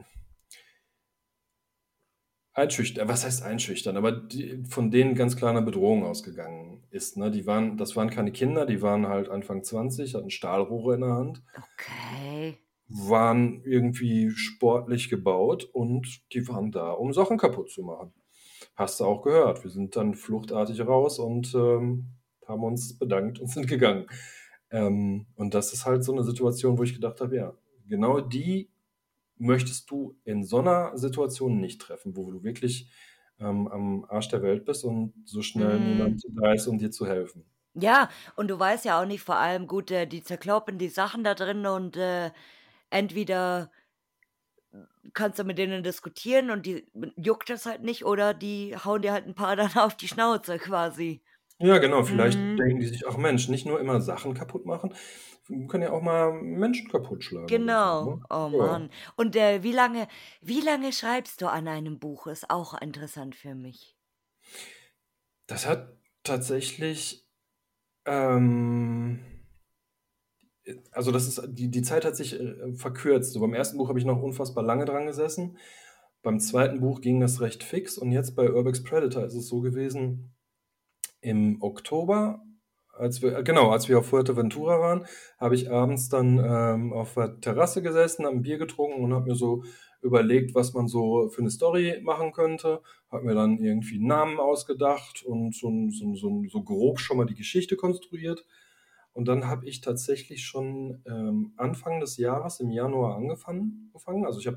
einschüchtern, was heißt einschüchtern, aber die, von denen ganz klar eine Bedrohung ausgegangen ist. Ne? Die waren, das waren keine Kinder, die waren halt Anfang zwanzig, hatten Stahlrohre in der Hand, Okay. waren irgendwie sportlich gebaut und die waren da, um Sachen kaputt zu machen. Hast du auch gehört. Wir sind dann fluchtartig raus und ähm, haben uns bedankt und sind gegangen. Ähm, und das ist halt so eine Situation, wo ich gedacht habe, ja, genau die möchtest du in so einer Situation nicht treffen, wo du wirklich ähm, am Arsch der Welt bist und so schnell Mm. niemand da ist, um dir zu helfen. Ja, und du weißt ja auch nicht vor allem, gut, äh, die zerkloppen die Sachen da drin und äh, entweder kannst du mit denen diskutieren und die juckt das halt nicht oder die hauen dir halt ein paar dann auf die Schnauze quasi. Ja, genau, vielleicht Mhm. denken die sich, ach Mensch, nicht nur immer Sachen kaputt machen, wir können ja auch mal Menschen kaputt schlagen oder so. Genau. Ne? Oh Ja. Mann. Und äh, wie lange, wie lange schreibst du an einem Buch? Ist auch interessant für mich. Das hat tatsächlich, ähm, also das ist, die, die Zeit hat sich äh, verkürzt. So beim ersten Buch habe ich noch unfassbar lange dran gesessen. Beim zweiten Buch ging das recht fix und jetzt bei Urbex Predator ist es so gewesen, im Oktober, als wir, äh, genau, als wir auf Fuerteventura waren, habe ich abends dann ähm, auf der Terrasse gesessen, habe ein Bier getrunken und habe mir so überlegt, was man so für eine Story machen könnte. Habe mir dann irgendwie einen Namen ausgedacht und so, so, so, so grob schon mal die Geschichte konstruiert. Und dann habe ich tatsächlich schon ähm, Anfang des Jahres, im Januar, angefangen. angefangen. Also ich habe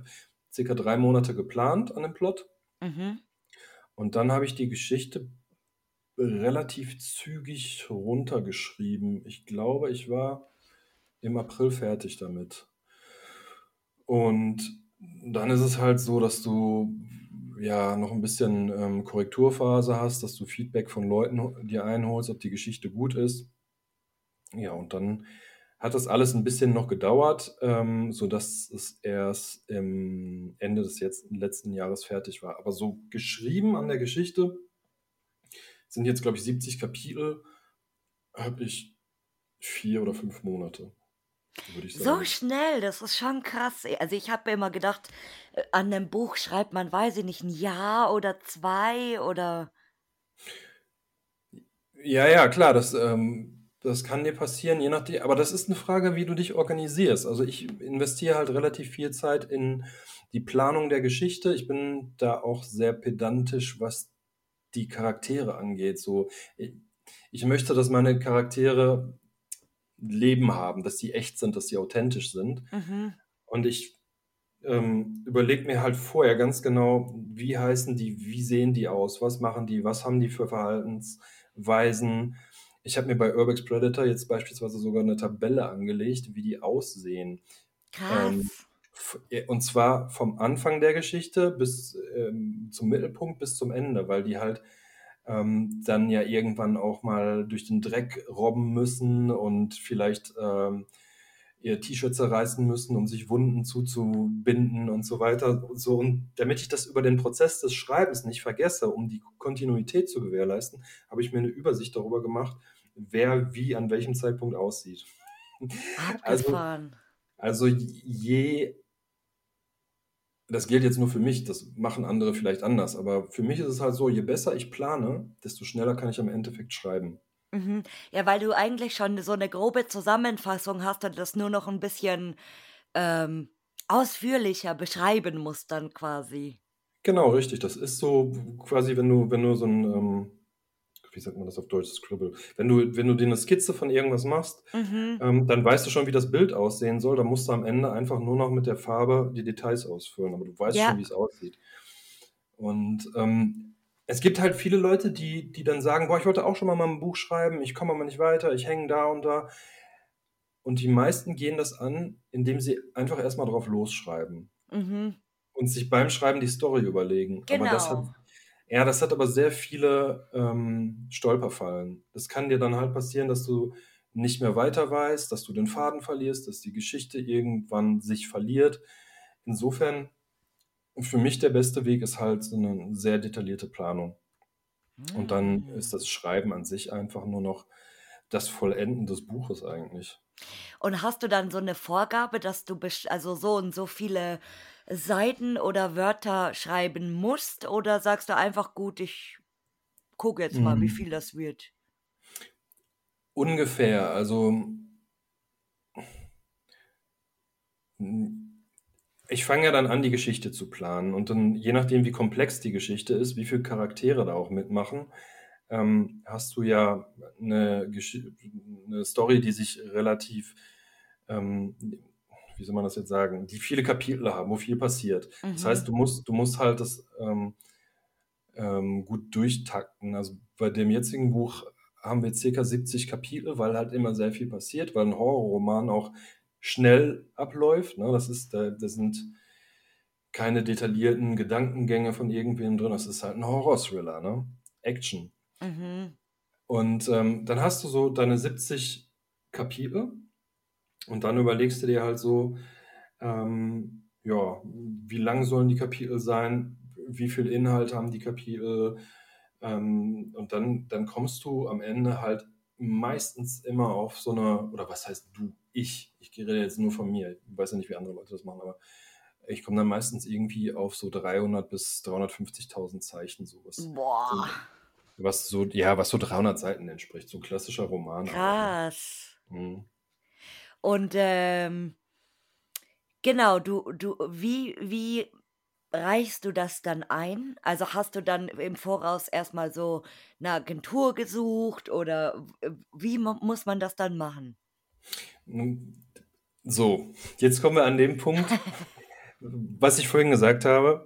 circa drei Monate geplant an dem Plot. Mhm. Und dann habe ich die Geschichte relativ zügig runtergeschrieben. Ich glaube, ich war im April fertig damit. Und dann ist es halt so, dass du ja noch ein bisschen ähm, Korrekturphase hast, dass du Feedback von Leuten ho- dir einholst, ob die Geschichte gut ist. Ja, und dann hat das alles ein bisschen noch gedauert, ähm, sodass es erst im Ende des jetzt, letzten Jahres fertig war. Aber so geschrieben an der Geschichte sind jetzt, glaube ich, siebzig Kapitel, habe ich vier oder fünf Monate, würde ich So sagen. schnell, das ist schon krass. Äh, also, ich habe mir immer gedacht, äh, an 'nem Buch schreibt man, weiß ich nicht, ein Jahr oder zwei oder Ja, ja, klar, das, ähm, das kann dir passieren, je nachdem. Aber das ist eine Frage, wie du dich organisierst. Also ich investiere halt relativ viel Zeit in die Planung der Geschichte. Ich bin da auch sehr pedantisch, was die Charaktere angeht. So, ich, ich möchte, dass meine Charaktere Leben haben, dass sie echt sind, dass sie authentisch sind. mhm. Und ich ähm, überlege mir halt vorher ganz genau, wie heißen die, wie sehen die aus, was machen die, was haben die für Verhaltensweisen. Ich habe mir bei Urbex Predator jetzt beispielsweise sogar eine Tabelle angelegt, wie die aussehen. Ähm, Krass. f- äh, und zwar vom Anfang der Geschichte bis ähm, zum Mittelpunkt bis zum Ende, weil die halt ähm, dann ja irgendwann auch mal durch den Dreck robben müssen und vielleicht ähm, ihr T-Shirt zerreißen müssen, um sich Wunden zuzubinden und so weiter. Und so, und damit ich das über den Prozess des Schreibens nicht vergesse, um die Kontinuität zu gewährleisten, habe ich mir eine Übersicht darüber gemacht, wer wie an welchem Zeitpunkt aussieht. Also, Abgefahren. also je, das gilt jetzt nur für mich, das machen andere vielleicht anders, aber für mich ist es halt so, je besser ich plane, desto schneller kann ich im Endeffekt schreiben. Mhm. Ja, weil du eigentlich schon so 'ne grobe Zusammenfassung hast und das nur noch 'n bisschen, ähm, ausführlicher beschreiben musst dann quasi. Genau, richtig. Das ist so quasi, wenn du, wenn du so ein, ähm, wie sagt man das auf Deutsch, Scribble, wenn du, wenn du dir eine Skizze von irgendwas machst, Mhm. ähm, dann weißt du schon, wie das Bild aussehen soll. Dann musst du am Ende einfach nur noch mit der Farbe die Details ausfüllen, aber du weißt schon, Ja. wie es aussieht. Und ähm, es gibt halt viele Leute, die, die dann sagen, boah, ich wollte auch schon mal mal ein Buch schreiben, ich komme aber nicht weiter, ich hänge da und da. Und die meisten gehen das an, indem sie einfach erst mal drauf losschreiben Mhm. und sich beim Schreiben die Story überlegen. Aber das hat Genau. ja, das hat aber sehr viele ähm, Stolperfallen. Das kann dir dann halt passieren, dass du nicht mehr weiter weißt, dass du den Faden verlierst, dass die Geschichte irgendwann sich verliert. Insofern, für mich der beste Weg ist halt so eine sehr detaillierte Planung. Und dann ist Hm. das Schreiben an sich einfach nur noch das Vollenden des Buches eigentlich. Und hast du dann so 'ne Vorgabe, dass du besch also, so und so viele Seiten oder Wörter schreiben musst oder sagst du einfach: „Gut, ich gucke jetzt mal, wie Mhm. viel das wird?“ Ungefähr, also mm, ich fange ja dann an, die Geschichte zu planen und dann, je nachdem, wie komplex die Geschichte ist, wie viele Charaktere da auch mitmachen, ähm, hast du ja eine, Gesch eine Story, die sich relativ, ähm, wie soll man das jetzt sagen, die viele Kapitel haben, wo viel passiert. Das Mhm. heißt, du musst, du musst halt das ähm, ähm, gut durchtakten. Also bei dem jetzigen Buch haben wir circa siebzig Kapitel, weil halt immer sehr viel passiert, weil ein Horrorroman auch schnell abläuft. Ne? Das ist, da, da sind keine detaillierten Gedankengänge von irgendwem drin. Das ist halt ein Horror-Thriller, ne? Action. Mhm. Und ähm, dann hast du so deine siebzig Kapitel und dann überlegst du dir halt so, ähm, ja, wie lang sollen die Kapitel sein? Wie viel Inhalt haben die Kapitel? Ähm, und dann, dann kommst du am Ende halt meistens immer auf so eine, oder was heißt du? Ich. Ich rede jetzt nur von mir. Ich weiß ja nicht, wie andere Leute das machen, aber ich komme dann meistens irgendwie auf so dreihundert bis dreihundertfünfzigtausend Zeichen, sowas. So, Boah, was so, ja, was so dreihundert Seiten entspricht. So ein klassischer Roman halt, ne? krass. Mhm. Und, ähm, genau, du du wie wie reichst du das dann ein? Also, hast du dann im Voraus erst mal so 'ne Agentur gesucht oder w wie mu muss man das dann machen? Nun, so, jetzt kommen wir an den Punkt. Was ich vorhin gesagt habe,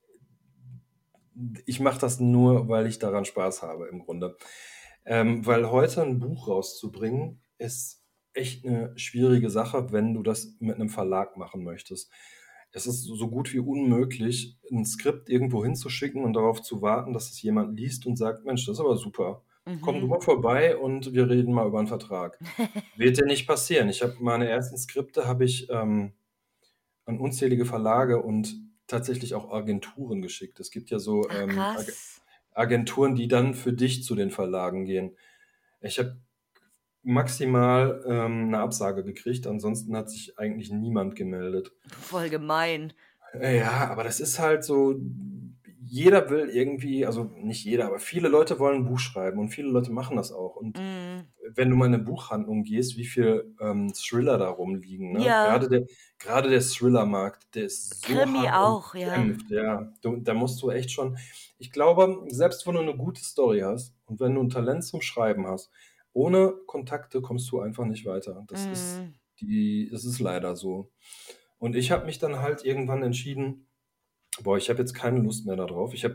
ich mache das nur, weil ich daran Spaß habe im Grunde. Ähm, weil heute ein Buch rauszubringen, ist echt eine schwierige Sache, wenn du das mit einem Verlag machen möchtest. Es ist so gut wie unmöglich, ein Skript irgendwo hinzuschicken und darauf zu warten, dass es jemand liest und sagt: „Mensch, das ist aber super. Komm du Mhm. mal vorbei und wir reden mal über einen Vertrag.“ Wird dir nicht passieren. Ich habe meine ersten Skripte habe ich, ähm, an unzählige Verlage und tatsächlich auch Agenturen geschickt. Es gibt ja so, Ach ähm, Ag krass. Agenturen, die dann für dich zu den Verlagen gehen. Ich habe maximal, ähm, 'ne Absage gekriegt, ansonsten hat sich eigentlich niemand gemeldet. Voll gemein. Äh, ja, aber das ist halt so, jeder will irgendwie, also nicht jeder, aber viele Leute wollen 'n Buch schreiben und viele Leute machen das auch. Und Mhm. wenn du mal in 'ne Buchhandlung gehst, wie viel, ähm, Thriller da rumliegen, ne? Ja, Grade der grade der Thrillermarkt, der ist so Krimi hart auch, ja. umkämpft, ja. Du da musst du echt schon, ich glaube, selbst wenn du 'ne gute Story hast und wenn du 'n Talent zum Schreiben hast, ohne Kontakte kommst du einfach nicht weiter. Das ist Mhm. die es ist leider so. Und ich habe mich dann halt irgendwann entschieden: „Boah, ich habe jetzt keine Lust mehr da drauf.“ Ich habe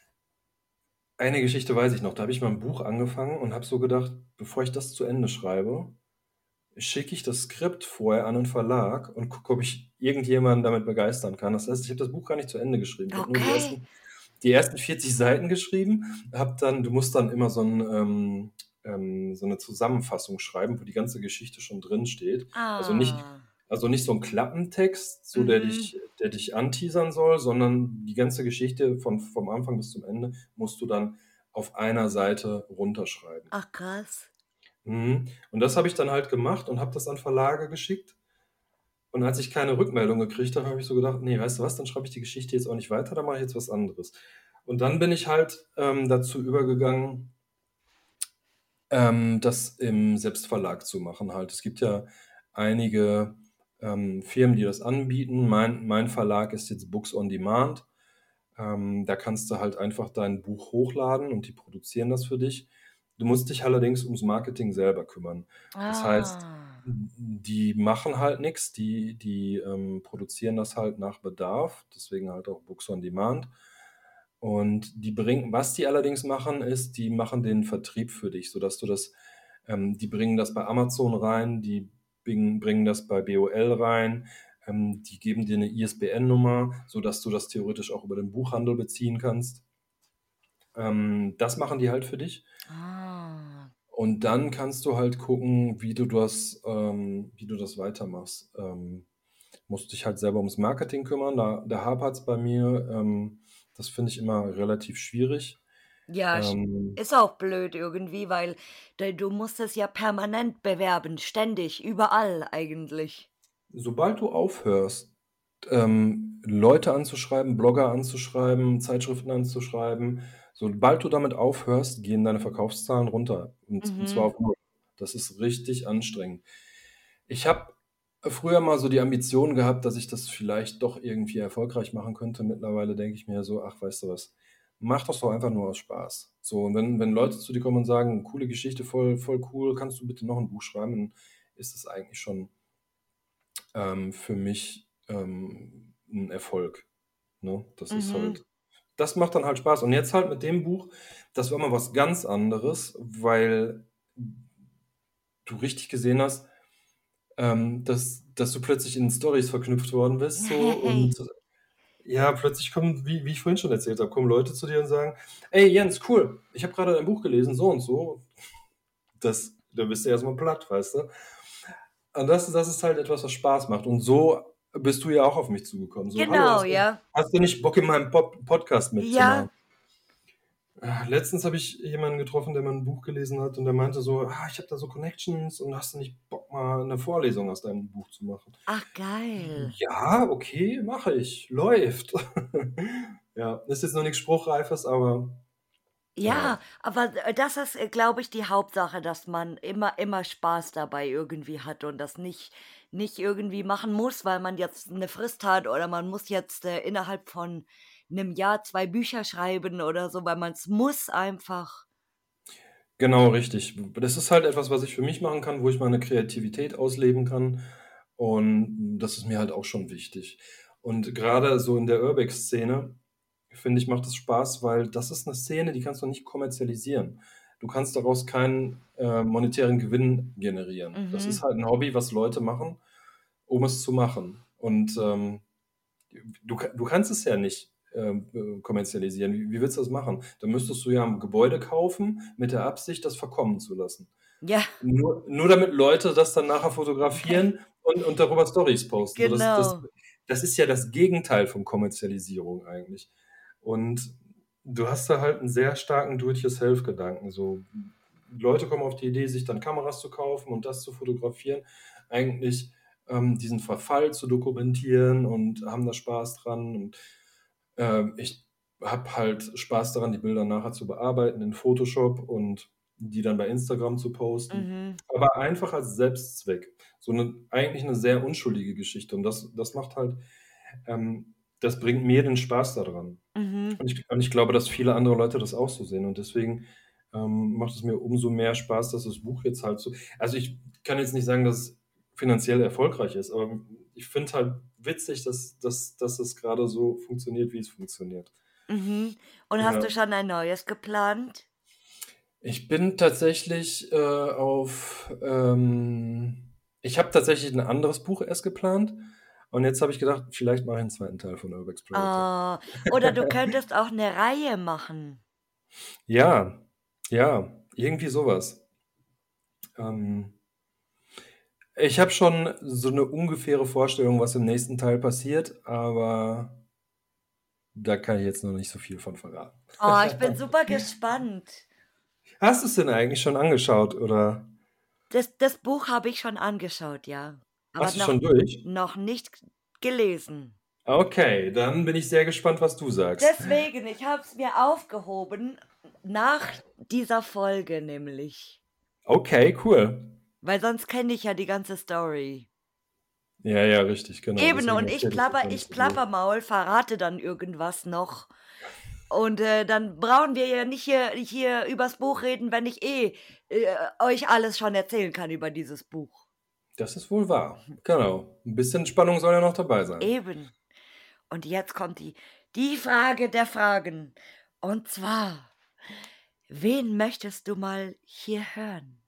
eine Geschichte weiß ich noch, da habe ich mal 'n Buch angefangen und habe so gedacht: „Bevor ich das zu Ende schreibe, schicke ich das Skript vorher an 'nen Verlag und gucke, ob ich irgendjemanden damit begeistern kann.“ Das heißt, ich habe das Buch gar nicht zu Ende geschrieben. Ich habe nur die Okay. ersten die ersten vierzig Seiten geschrieben, habe dann du musst dann immer so 'n, ähm ähm, so 'ne Zusammenfassung schreiben, wo die ganze Geschichte schon drinsteht. Also nicht Ah. also nicht so 'n Klappentext, so der Mhm. dich der dich anteasern soll, sondern die ganze Geschichte von vom Anfang bis zum Ende musst du dann auf einer Seite runterschreiben. Ach krass. Mhm. Und das habe ich dann halt gemacht und habe das an Verlage geschickt. Und als ich keine Rückmeldung gekriegt habe, habe ich so gedacht: „Ne, weißt du was, dann schreibe ich die Geschichte jetzt auch nicht weiter, dann mache ich jetzt was anderes.“ Und dann bin ich halt, ähm, dazu übergegangen, ähm, das im Selbstverlag zu machen halt. Es gibt ja einige, ähm, Firmen, die das anbieten. Mein mein Verlag ist jetzt Books on Demand. Ähm, da kannst du halt einfach dein Buch hochladen und die produzieren das für dich. Du musst dich allerdings ums Marketing selber kümmern. Das heißt, Ah. die machen halt nix, die die, ähm, produzieren das halt nach Bedarf, deswegen halt auch Books on Demand. Und die bringen was die allerdings machen, ist, die machen den Vertrieb für dich, sodass du das ähm, die bringen das bei Amazon rein, die bingen bringen das bei B O L rein, ähm, die geben dir 'ne I S B N-Nummer, sodass du das theoretisch auch über den Buchhandel beziehen kannst. Ähm, das machen die halt für dich. Ah. Und dann kannst du halt gucken, wie du das ähm, wie du das weitermachst. Ähm, musst dich halt selber ums Marketing kümmern, da da hapert's bei mir. Ähm, das finde ich immer relativ schwierig. Ja, sch Ähm, ist auch blöd irgendwie, weil d du musst es ja permanent bewerben, ständig, überall eigentlich. sobald du aufhörst, ähm, Leute anzuschreiben, Blogger anzuschreiben, Zeitschriften anzuschreiben, sobald du damit aufhörst, gehen deine Verkaufszahlen runter und und zwar Mhm. auf null. Das ist richtig anstrengend. Ich habe früher mal so die Ambition gehabt, dass ich das vielleicht doch irgendwie erfolgreich machen könnte. Mittlerweile denke ich mir so: „Ach, weißt du was, mach das doch einfach nur aus Spaß.“ So, und wenn wenn Leute zu dir kommen und sagen: „Coole Geschichte, voll voll cool, kannst du bitte noch 'n Buch schreiben?“ Dann ist es eigentlich schon, ähm, für mich, ähm, 'n Erfolg, ne? Das ist Mhm. halt das macht dann halt Spaß. Und jetzt halt mit dem Buch, das war mal was ganz anderes, weil du richtig gesehen hast, ähm, dass dass du plötzlich in Storys verknüpft worden bist so und ja, plötzlich kommen, wie wie ich vorhin schon erzählt habe, kommen Leute zu dir und sagen: „Ey Jens, cool, ich habe grade dein Buch gelesen, so und so.“ Das da bist du erst mal platt, weißt du? Und das das ist halt etwas, was Spaß macht. Und so bist du ja auch auf mich zugekommen. So: „Hallo, Genau, hast du ja. hast du nicht Bock, in meinem Pod Podcast mitzumachen?“ Ja. Äh, letztens habe ich jemanden getroffen, der mein Buch gelesen hat und der meinte so: „Ah, ich habe da so Connections und hast du nicht Bock, mal 'ne Vorlesung aus deinem Buch zu machen?“ Ach geil. Ja, okay, mache ich. Läuft. Ja, ist jetzt noch nix Spruchreifes, aber ja. Ja, aber, äh, das ist, äh, glaube ich, die Hauptsache, dass man immer immer Spaß dabei irgendwie hat und das nicht nicht irgendwie machen muss, weil man jetzt 'ne Frist hat oder man muss jetzt, äh, innerhalb von 'nem Jahr zwei Bücher schreiben oder so, weil man's muss einfach. Genau, richtig. Das ist halt etwas, was ich für mich machen kann, wo ich meine Kreativität ausleben kann und das ist mir halt auch schon wichtig. Und gerade so in der Urbex-Szene, finde ich, macht es Spaß, weil das ist eine Szene, die kannst du nicht kommerzialisieren. Du kannst daraus keinen äh, monetären Gewinn generieren. Das ist Mhm. halt ein Hobby, was Leute machen, um es zu machen. Und ähm, du, ka- du kannst es ja nicht ähm, äh, kommerzialisieren. Wie, wie willst du das machen? Dann müsstest du ja ein Gebäude kaufen mit der Absicht, das verkommen zu lassen. Ja, Nur, nur damit Leute das dann nachher fotografieren und, und darüber Stories posten. So, das, das, genau. das ist ja das Gegenteil von Kommerzialisierung eigentlich. Und du hast da halt einen sehr starken Do-it-yourself-Gedanken. So, Leute kommen auf die Idee, sich dann Kameras zu kaufen und das zu fotografieren, eigentlich ähm, diesen Verfall zu dokumentieren und haben da Spaß dran. Und ähm, ich habe halt Spaß daran, die Bilder nachher zu bearbeiten in Photoshop und die dann bei Instagram zu posten. Mhm. Aber einfach als Selbstzweck. So eine, eigentlich eine sehr unschuldige Geschichte. Und das, das macht halt, ähm, das bringt mir den Spaß daran. Mhm. Und ich, und ich glaube, dass viele andere Leute das auch so sehen. Und deswegen ähm, macht es mir umso mehr Spaß, dass das Buch jetzt halt so. Also ich kann jetzt nicht sagen, dass es finanziell erfolgreich ist, aber ich finde halt witzig, dass, dass, dass es gerade so funktioniert, wie es funktioniert. Mhm. Und hast Ja. du schon ein neues geplant? Ich bin tatsächlich äh, auf. Ähm, ich habe tatsächlich ein anderes Buch erst geplant. Und jetzt habe ich gedacht, vielleicht mache ich einen zweiten Teil von Urbex Predator. Ah, oder du könntest auch eine Reihe machen. Ja, ja, irgendwie sowas. Ähm, ich habe schon so eine ungefähre Vorstellung, was im nächsten Teil passiert, aber da kann ich jetzt noch nicht so viel von verraten. Oh, ich bin super gespannt. Hast du es denn eigentlich schon angeschaut oder Das, das Buch habe ich schon angeschaut, ja. Aber hast du noch, schon durch? noch nicht gelesen. Okay, dann bin ich sehr gespannt, was du sagst. Deswegen, ich habe es mir aufgehoben nach dieser Folge nämlich. Okay, cool. Weil sonst kenne ich ja die ganze Story. Ja, ja, richtig, genau. Eben, Deswegen und ich erzähle ich das plapper, ja nicht ich so blöd. Plappermaul, verrate dann irgendwas noch. Und äh, dann brauchen wir ja nicht hier, hier übers Buch reden, wenn ich eh äh, euch alles schon erzählen kann über dieses Buch. Das ist wohl wahr. Genau. Ein bisschen Spannung soll ja noch dabei sein. Eben. Und jetzt kommt die, die Frage der Fragen. Und zwar, wen möchtest du mal hier hören?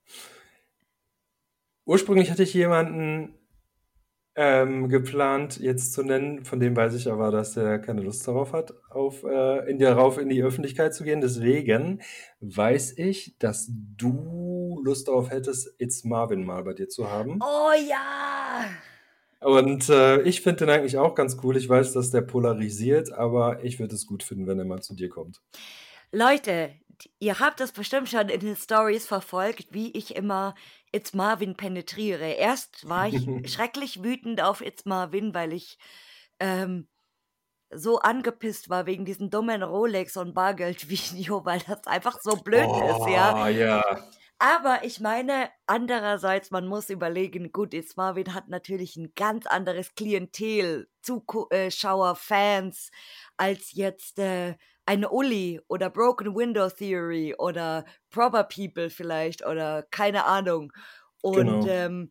Ursprünglich hatte ich jemanden ähm, geplant, jetzt zu nennen, von dem weiß ich aber, dass er keine Lust darauf hat, auf, äh, in darauf in die Öffentlichkeit zu gehen. Deswegen weiß ich, dass du Lust darauf hättest, It's Marvin mal bei dir zu haben. Oh ja! Und äh, ich finde den eigentlich auch ganz cool. Ich weiß, dass der polarisiert, aber ich würde es gut finden, wenn er mal zu dir kommt. Leute, ihr habt das bestimmt schon in den Stories verfolgt, wie ich immer It's Marvin penetriere. Erst war ich schrecklich wütend auf It's Marvin, weil ich ähm, so angepisst war wegen diesem dummen Rolex- und Bargeld-Video, weil das einfach so blöd ist, ja. Oh, ja. Aber ich meine, andererseits, man muss überlegen, gut, It's Marvin hat natürlich ein ganz anderes Klientel, Zuschauer, Fans, als jetzt äh, eine Uli oder Broken Window Theory oder Proper People vielleicht oder keine Ahnung. Und Genau. ähm,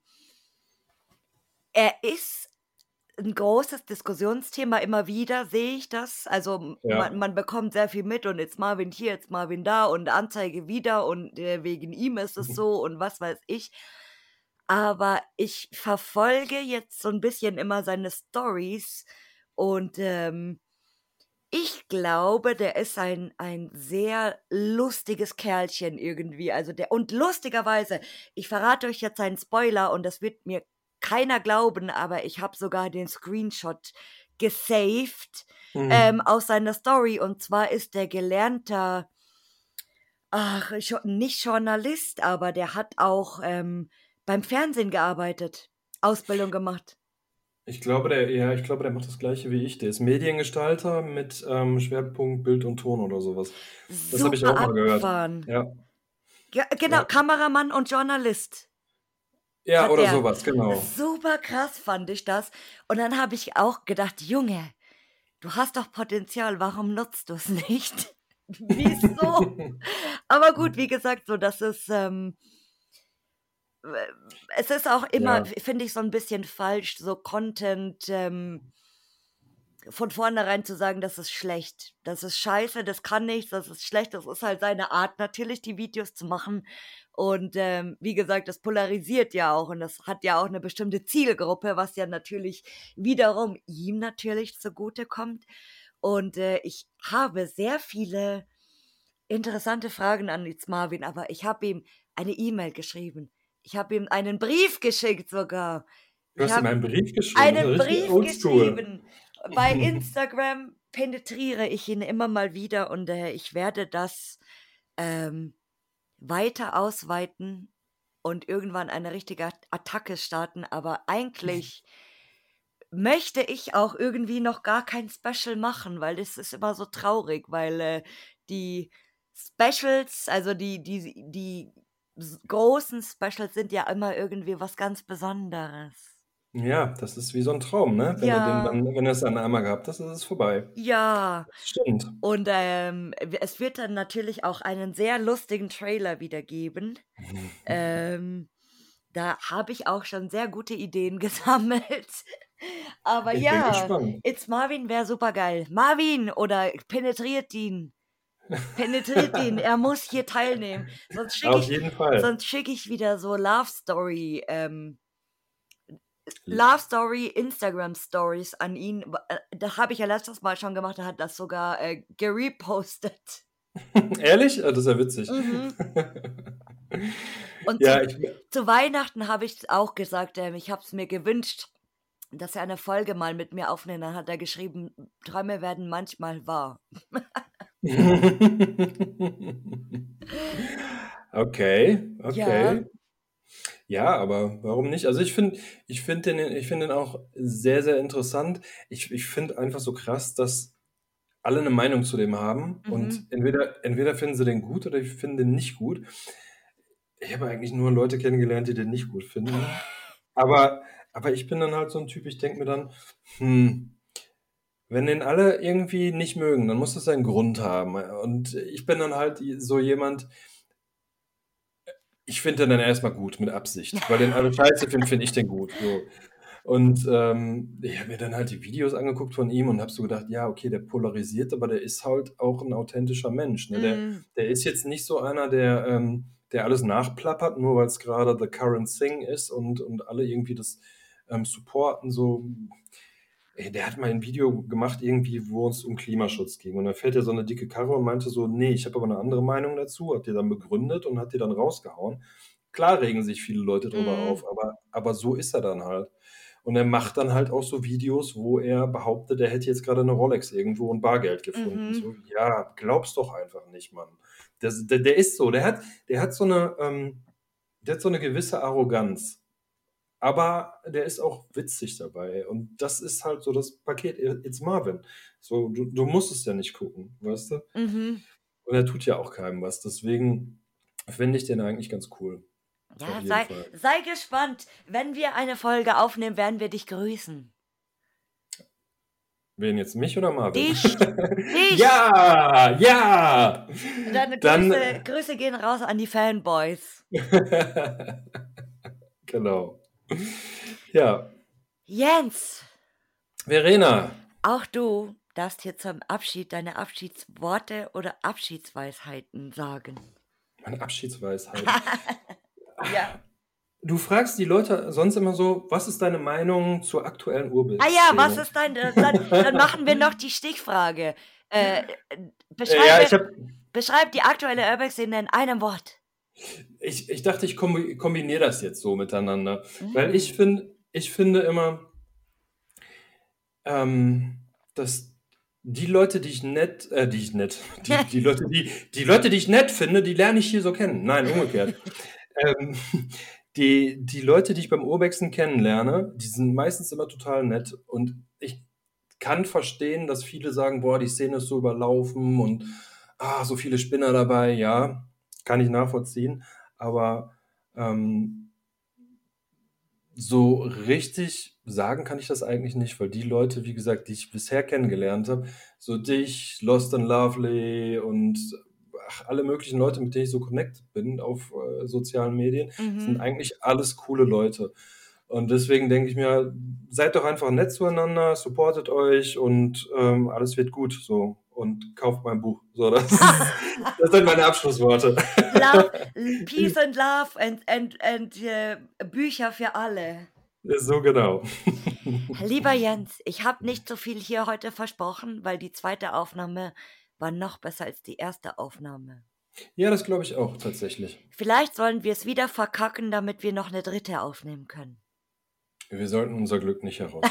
er ist ein großes Diskussionsthema immer wieder, sehe ich das. Also m- Ja. man, man bekommt sehr viel mit und jetzt Marvin hier, jetzt Marvin da und Anzeige wieder und äh, wegen ihm ist es so und was weiß ich. Aber ich verfolge jetzt so ein bisschen immer seine Stories und ähm, ich glaube, der ist ein, ein sehr lustiges Kerlchen irgendwie. Also der, und lustigerweise, ich verrate euch jetzt einen Spoiler und das wird mir keiner glauben, aber ich habe sogar den Screenshot gesaved Mhm. ähm, aus seiner Story. Und zwar ist der gelernter, ach, jo- nicht Journalist, aber der hat auch ähm, beim Fernsehen gearbeitet, Ausbildung gemacht. Ich glaube, der, ja, ich glaube, der macht das Gleiche wie ich. Der ist Mediengestalter mit ähm, Schwerpunkt Bild und Ton oder sowas. Das habe ich Super auch mal gehört. abgefahren. Ja, Ja, genau, ja. Kameramann und Journalist. Ja, Hat oder er. sowas, genau. Super krass fand ich das. Und dann habe ich auch gedacht, Junge, du hast doch Potenzial, warum nutzt du es nicht? Wieso? Aber gut, wie gesagt, so das ist, ähm, äh, es ist auch immer, Ja, f- finde ich, so ein bisschen falsch, so Content ähm, von vornherein zu sagen, das ist schlecht, das ist scheiße, das kann nichts, das ist schlecht, das ist halt seine Art natürlich, die Videos zu machen. Und ähm, wie gesagt, das polarisiert ja auch und das hat ja auch eine bestimmte Zielgruppe, was ja natürlich wiederum ihm natürlich zugutekommt. Und äh, ich habe sehr viele interessante Fragen an jetzt Marvin, aber ich habe ihm eine E-Mail geschrieben. Ich habe ihm einen Brief geschickt sogar. Du Ich hast ihm habe einen Brief geschrieben, das ist einen ja richtig Brief oldschool. geschrieben. Bei Instagram penetriere ich ihn immer mal wieder und äh, ich werde das ähm, weiter ausweiten und irgendwann eine richtige At- Attacke starten. Aber eigentlich möchte ich auch irgendwie noch gar kein Special machen, weil das ist immer so traurig, weil äh, die Specials, also die, die, die s- großen Specials sind ja immer irgendwie was ganz Besonderes. Ja, das ist wie so ein Traum, ne? Wenn du den Ja, dann wenn du es dann einmal gehabt hast, ist es vorbei. ja. Das stimmt. Und ähm, w- es wird dann natürlich auch einen sehr lustigen Trailer wieder geben. Ähm, da habe ich auch schon sehr gute Ideen gesammelt. Aber Ich bin ja, gespannt. It's Marvin wäre super geil. Marvin oder penetriert ihn. Penetriert ihn. Er muss hier teilnehmen. Sonst schicke Auf ich, jeden Fall. sonst schicke ich wieder so Love Story, ähm, Love Story Instagram Stories an ihn. W- äh, Das habe ich ja letztes Mal schon gemacht. Er hat das sogar äh, gerepostet. Ehrlich? Ah, das ist ja witzig. Mhm. Und Ja, zu, ich zu Weihnachten habe ich auch gesagt, ähm, ich habe es mir gewünscht, dass er eine Folge mal mit mir aufnimmt. Dann hat er geschrieben, Träume werden manchmal wahr. Okay, Ja. okay. Ja, aber warum nicht? Also, ich finde ich finde den ich finde den auch sehr, sehr interessant. Ich ich finde einfach so krass, dass alle 'ne Meinung zu dem haben und Mhm. entweder entweder finden sie den gut oder die finden den nicht gut. Ich habe eigentlich nur Leute kennengelernt, die den nicht gut finden. Aber aber ich bin dann halt so 'n Typ, ich denke mir dann: „Hm, wenn den alle irgendwie nicht mögen, dann muss das seinen Grund haben." Und ich bin dann halt j so jemand, ich finde den dann erst mal gut mit Absicht, weil den alle scheiße finden, finde ich den gut, so. Und, ähm, ich habe mir dann halt die Videos angeguckt von ihm und habe so gedacht: „Ja, okay, der polarisiert, aber der ist halt auch 'n authentischer Mensch, ne? Der Mm, der ist jetzt nicht so einer, der, ähm der alles nachplappert, nur weil's grade the current thing ist und und alle irgendwie das, ähm, supporten, so. Ey, der hat mal ein Video gemacht irgendwie, wo es um Klimaschutz ging und da fährt er so 'ne dicke Karre und meinte so: „Ne, ich habe aber 'ne andere Meinung dazu", hat die dann begründet und hat die dann rausgehauen. Klar regen sich viele Leute drüber mm, auf, aber aber so ist er dann halt. Und er macht dann halt auch so Videos, wo er behauptet, er hätte jetzt grade 'ne Rolex irgendwo und Bargeld gefunden. mhm. So, ja, glaub's doch einfach nicht, Mann. Das der der ist so, der hat der hat so 'ne, ähm der hat so 'ne gewisse Arroganz. Aber der ist auch witzig dabei und das ist halt so das Paket i It's Marvin. So, du du musst es ja nicht gucken, weißt du? Mhm. Und er tut ja auch keinem was, deswegen finde ich den eigentlich ganz cool. Auf Ja, jeden sei, Fall. sei gespannt. Wenn wir eine Folge aufnehmen, werden wir dich grüßen. Wen jetzt, mich oder Marvin? Dich! Dich! Ja, ja! Deine Dann Grüße, Grüße gehen raus an die Fanboys. genau. Ja, Jens, Verena, auch du darfst hier zum Abschied deine Abschiedsworte oder Abschiedsweisheiten sagen. meine Abschiedsweisheit. Ja. Du fragst die Leute sonst immer so: „Was ist deine Meinung zur aktuellen Ah ja, was Urbex-Szene?" ist dein, äh, dann, dann machen wir noch die Stichfrage. Äh, äh, Äh, ja, beschreibe, ich habe beschreib die aktuelle Urbex-Szene in einem Wort. ich ich dachte, ich kombi kombiniere das jetzt so miteinander, weil ich Mm. finde ich finde immer, ähm, dass die Leute, die ich nett äh, die ich nett die die Leute, die die Leute, die ich nett finde, die lerne ich hier so kennen. Nein, umgekehrt. Ähm, die die Leute, die ich beim Urbexen kennenlerne, die sind meistens immer total nett und ich kann verstehen, dass viele sagen: „Boah, die Szene ist so überlaufen und, ah, so viele Spinner dabei." Ja, kann ich nachvollziehen, aber, ähm, so richtig sagen kann ich das eigentlich nicht, weil die Leute, wie gesagt, die ich bisher kennengelernt habe, so dich, Lost and Lovely und, ach, alle möglichen Leute, mit denen ich so connected bin auf, äh, sozialen Medien, sind Mhm. eigentlich alles coole Leute. Und deswegen denke ich mir, seid doch einfach nett zueinander, supportet euch und ähm, alles wird gut. So. Und kauft mein Buch. So, das, das sind meine Abschlussworte. Love, Peace and Love and, and, and äh, Bücher für alle. So genau. Lieber Jens, ich habe nicht so viel hier heute versprochen, weil die zweite Aufnahme war noch besser als die erste Aufnahme. Ja, das glaube ich auch tatsächlich. Vielleicht sollen wir es wieder verkacken, damit wir noch eine dritte aufnehmen können. Wir sollten unser Glück nicht heraus.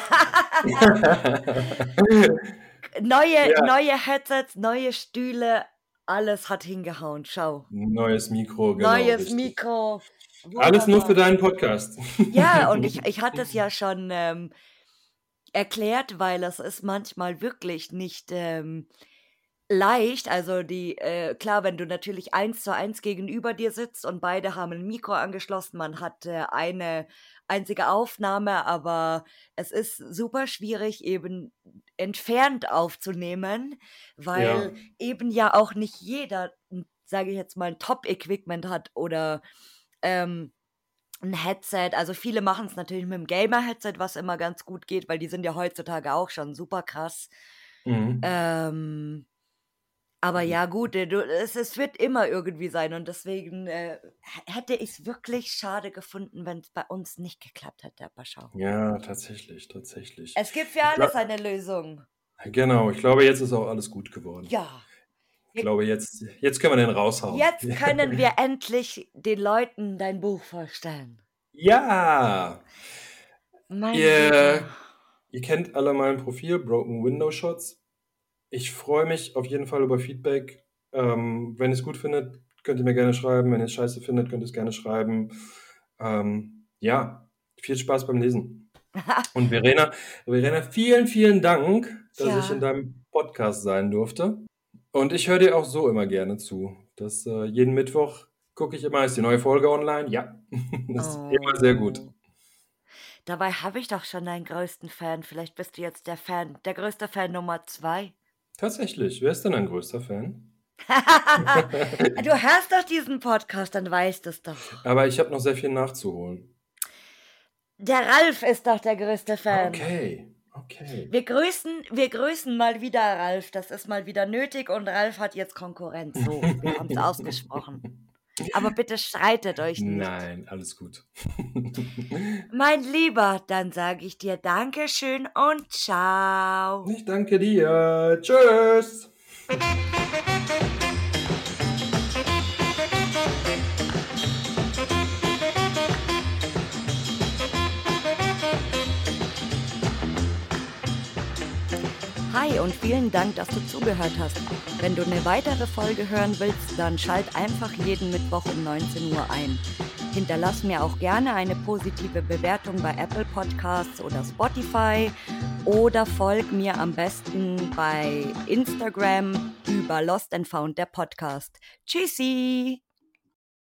neue, Ja. neue Headsets, neue Stühle, alles hat hingehauen. Schau. Neues Mikro, genau. Neues richtig. Mikro. Alles nur für Wunderbar. deinen Podcast. Ja, und ich, ich hatte es ja schon ähm, erklärt, weil es ist manchmal wirklich nicht ähm, leicht. Also die, äh, klar, wenn du natürlich eins zu eins gegenüber dir sitzt und beide haben ein Mikro angeschlossen, man hat äh, eine einzige Aufnahme, aber es ist super schwierig, eben entfernt aufzunehmen, weil Ja. eben ja auch nicht jeder, sage ich jetzt mal, ein Top-Equipment hat oder ähm, ein Headset. Also viele machen es natürlich mit dem Gamer-Headset, was immer ganz gut geht, weil die sind ja heutzutage auch schon super krass. Mhm. Ähm, aber ja, gut, äh, du, es, es wird immer irgendwie sein und deswegen äh, h- hätte ich es wirklich schade gefunden, wenn es bei uns nicht geklappt hätte, aber schau. Ja, tatsächlich, tatsächlich. Es gibt für Ich alles glaub, eine Lösung. genau, ich glaube, jetzt ist auch alles gut geworden. Ja, Ich glaube, jetzt, jetzt können wir den raushauen. jetzt können wir endlich den Leuten dein Buch vorstellen. Ja! Mein Ihr, Lieber. ihr kennt alle mein Profil, Broken Window Shots. Ich freue mich auf jeden Fall über Feedback. Ähm, wenn ihr es gut findet, könnt ihr mir gerne schreiben. Wenn ihr es scheiße findet, könnt ihr es gerne schreiben. Ähm, ja, viel Spaß beim Lesen. Und Verena, Verena, vielen, vielen Dank, dass Tja. ich in deinem Podcast sein durfte. Und ich höre dir auch so immer gerne zu. Das, äh, jeden Mittwoch gucke ich immer, ist die neue Folge online? Ja, das ist immer sehr gut. Oh. Dabei habe ich doch schon deinen größten Fan. Vielleicht bist du jetzt der Fan, der größte Fan Nummer zwei. Tatsächlich, wer ist denn dein größter Fan? Du hörst doch diesen Podcast, dann weißt du es doch. Aber ich habe noch sehr viel nachzuholen. Der Ralf ist doch der größte Fan. Okay, okay. Wir grüßen, wir grüßen mal wieder Ralf. Das ist mal wieder nötig und Ralf hat jetzt Konkurrenz. So, wir haben es ausgesprochen. Aber bitte streitet euch nicht. Nein, alles gut. Mein Lieber, dann sage ich dir Dankeschön und ciao. Ich danke dir. Tschüss. Hi und vielen Dank, dass du zugehört hast. Wenn du eine weitere Folge hören willst, dann schalt einfach jeden Mittwoch um neunzehn Uhr ein. Hinterlass mir auch gerne eine positive Bewertung bei Apple Podcasts oder Spotify oder folg mir am besten bei Instagram über Lost and Found, der Podcast. Tschüssi!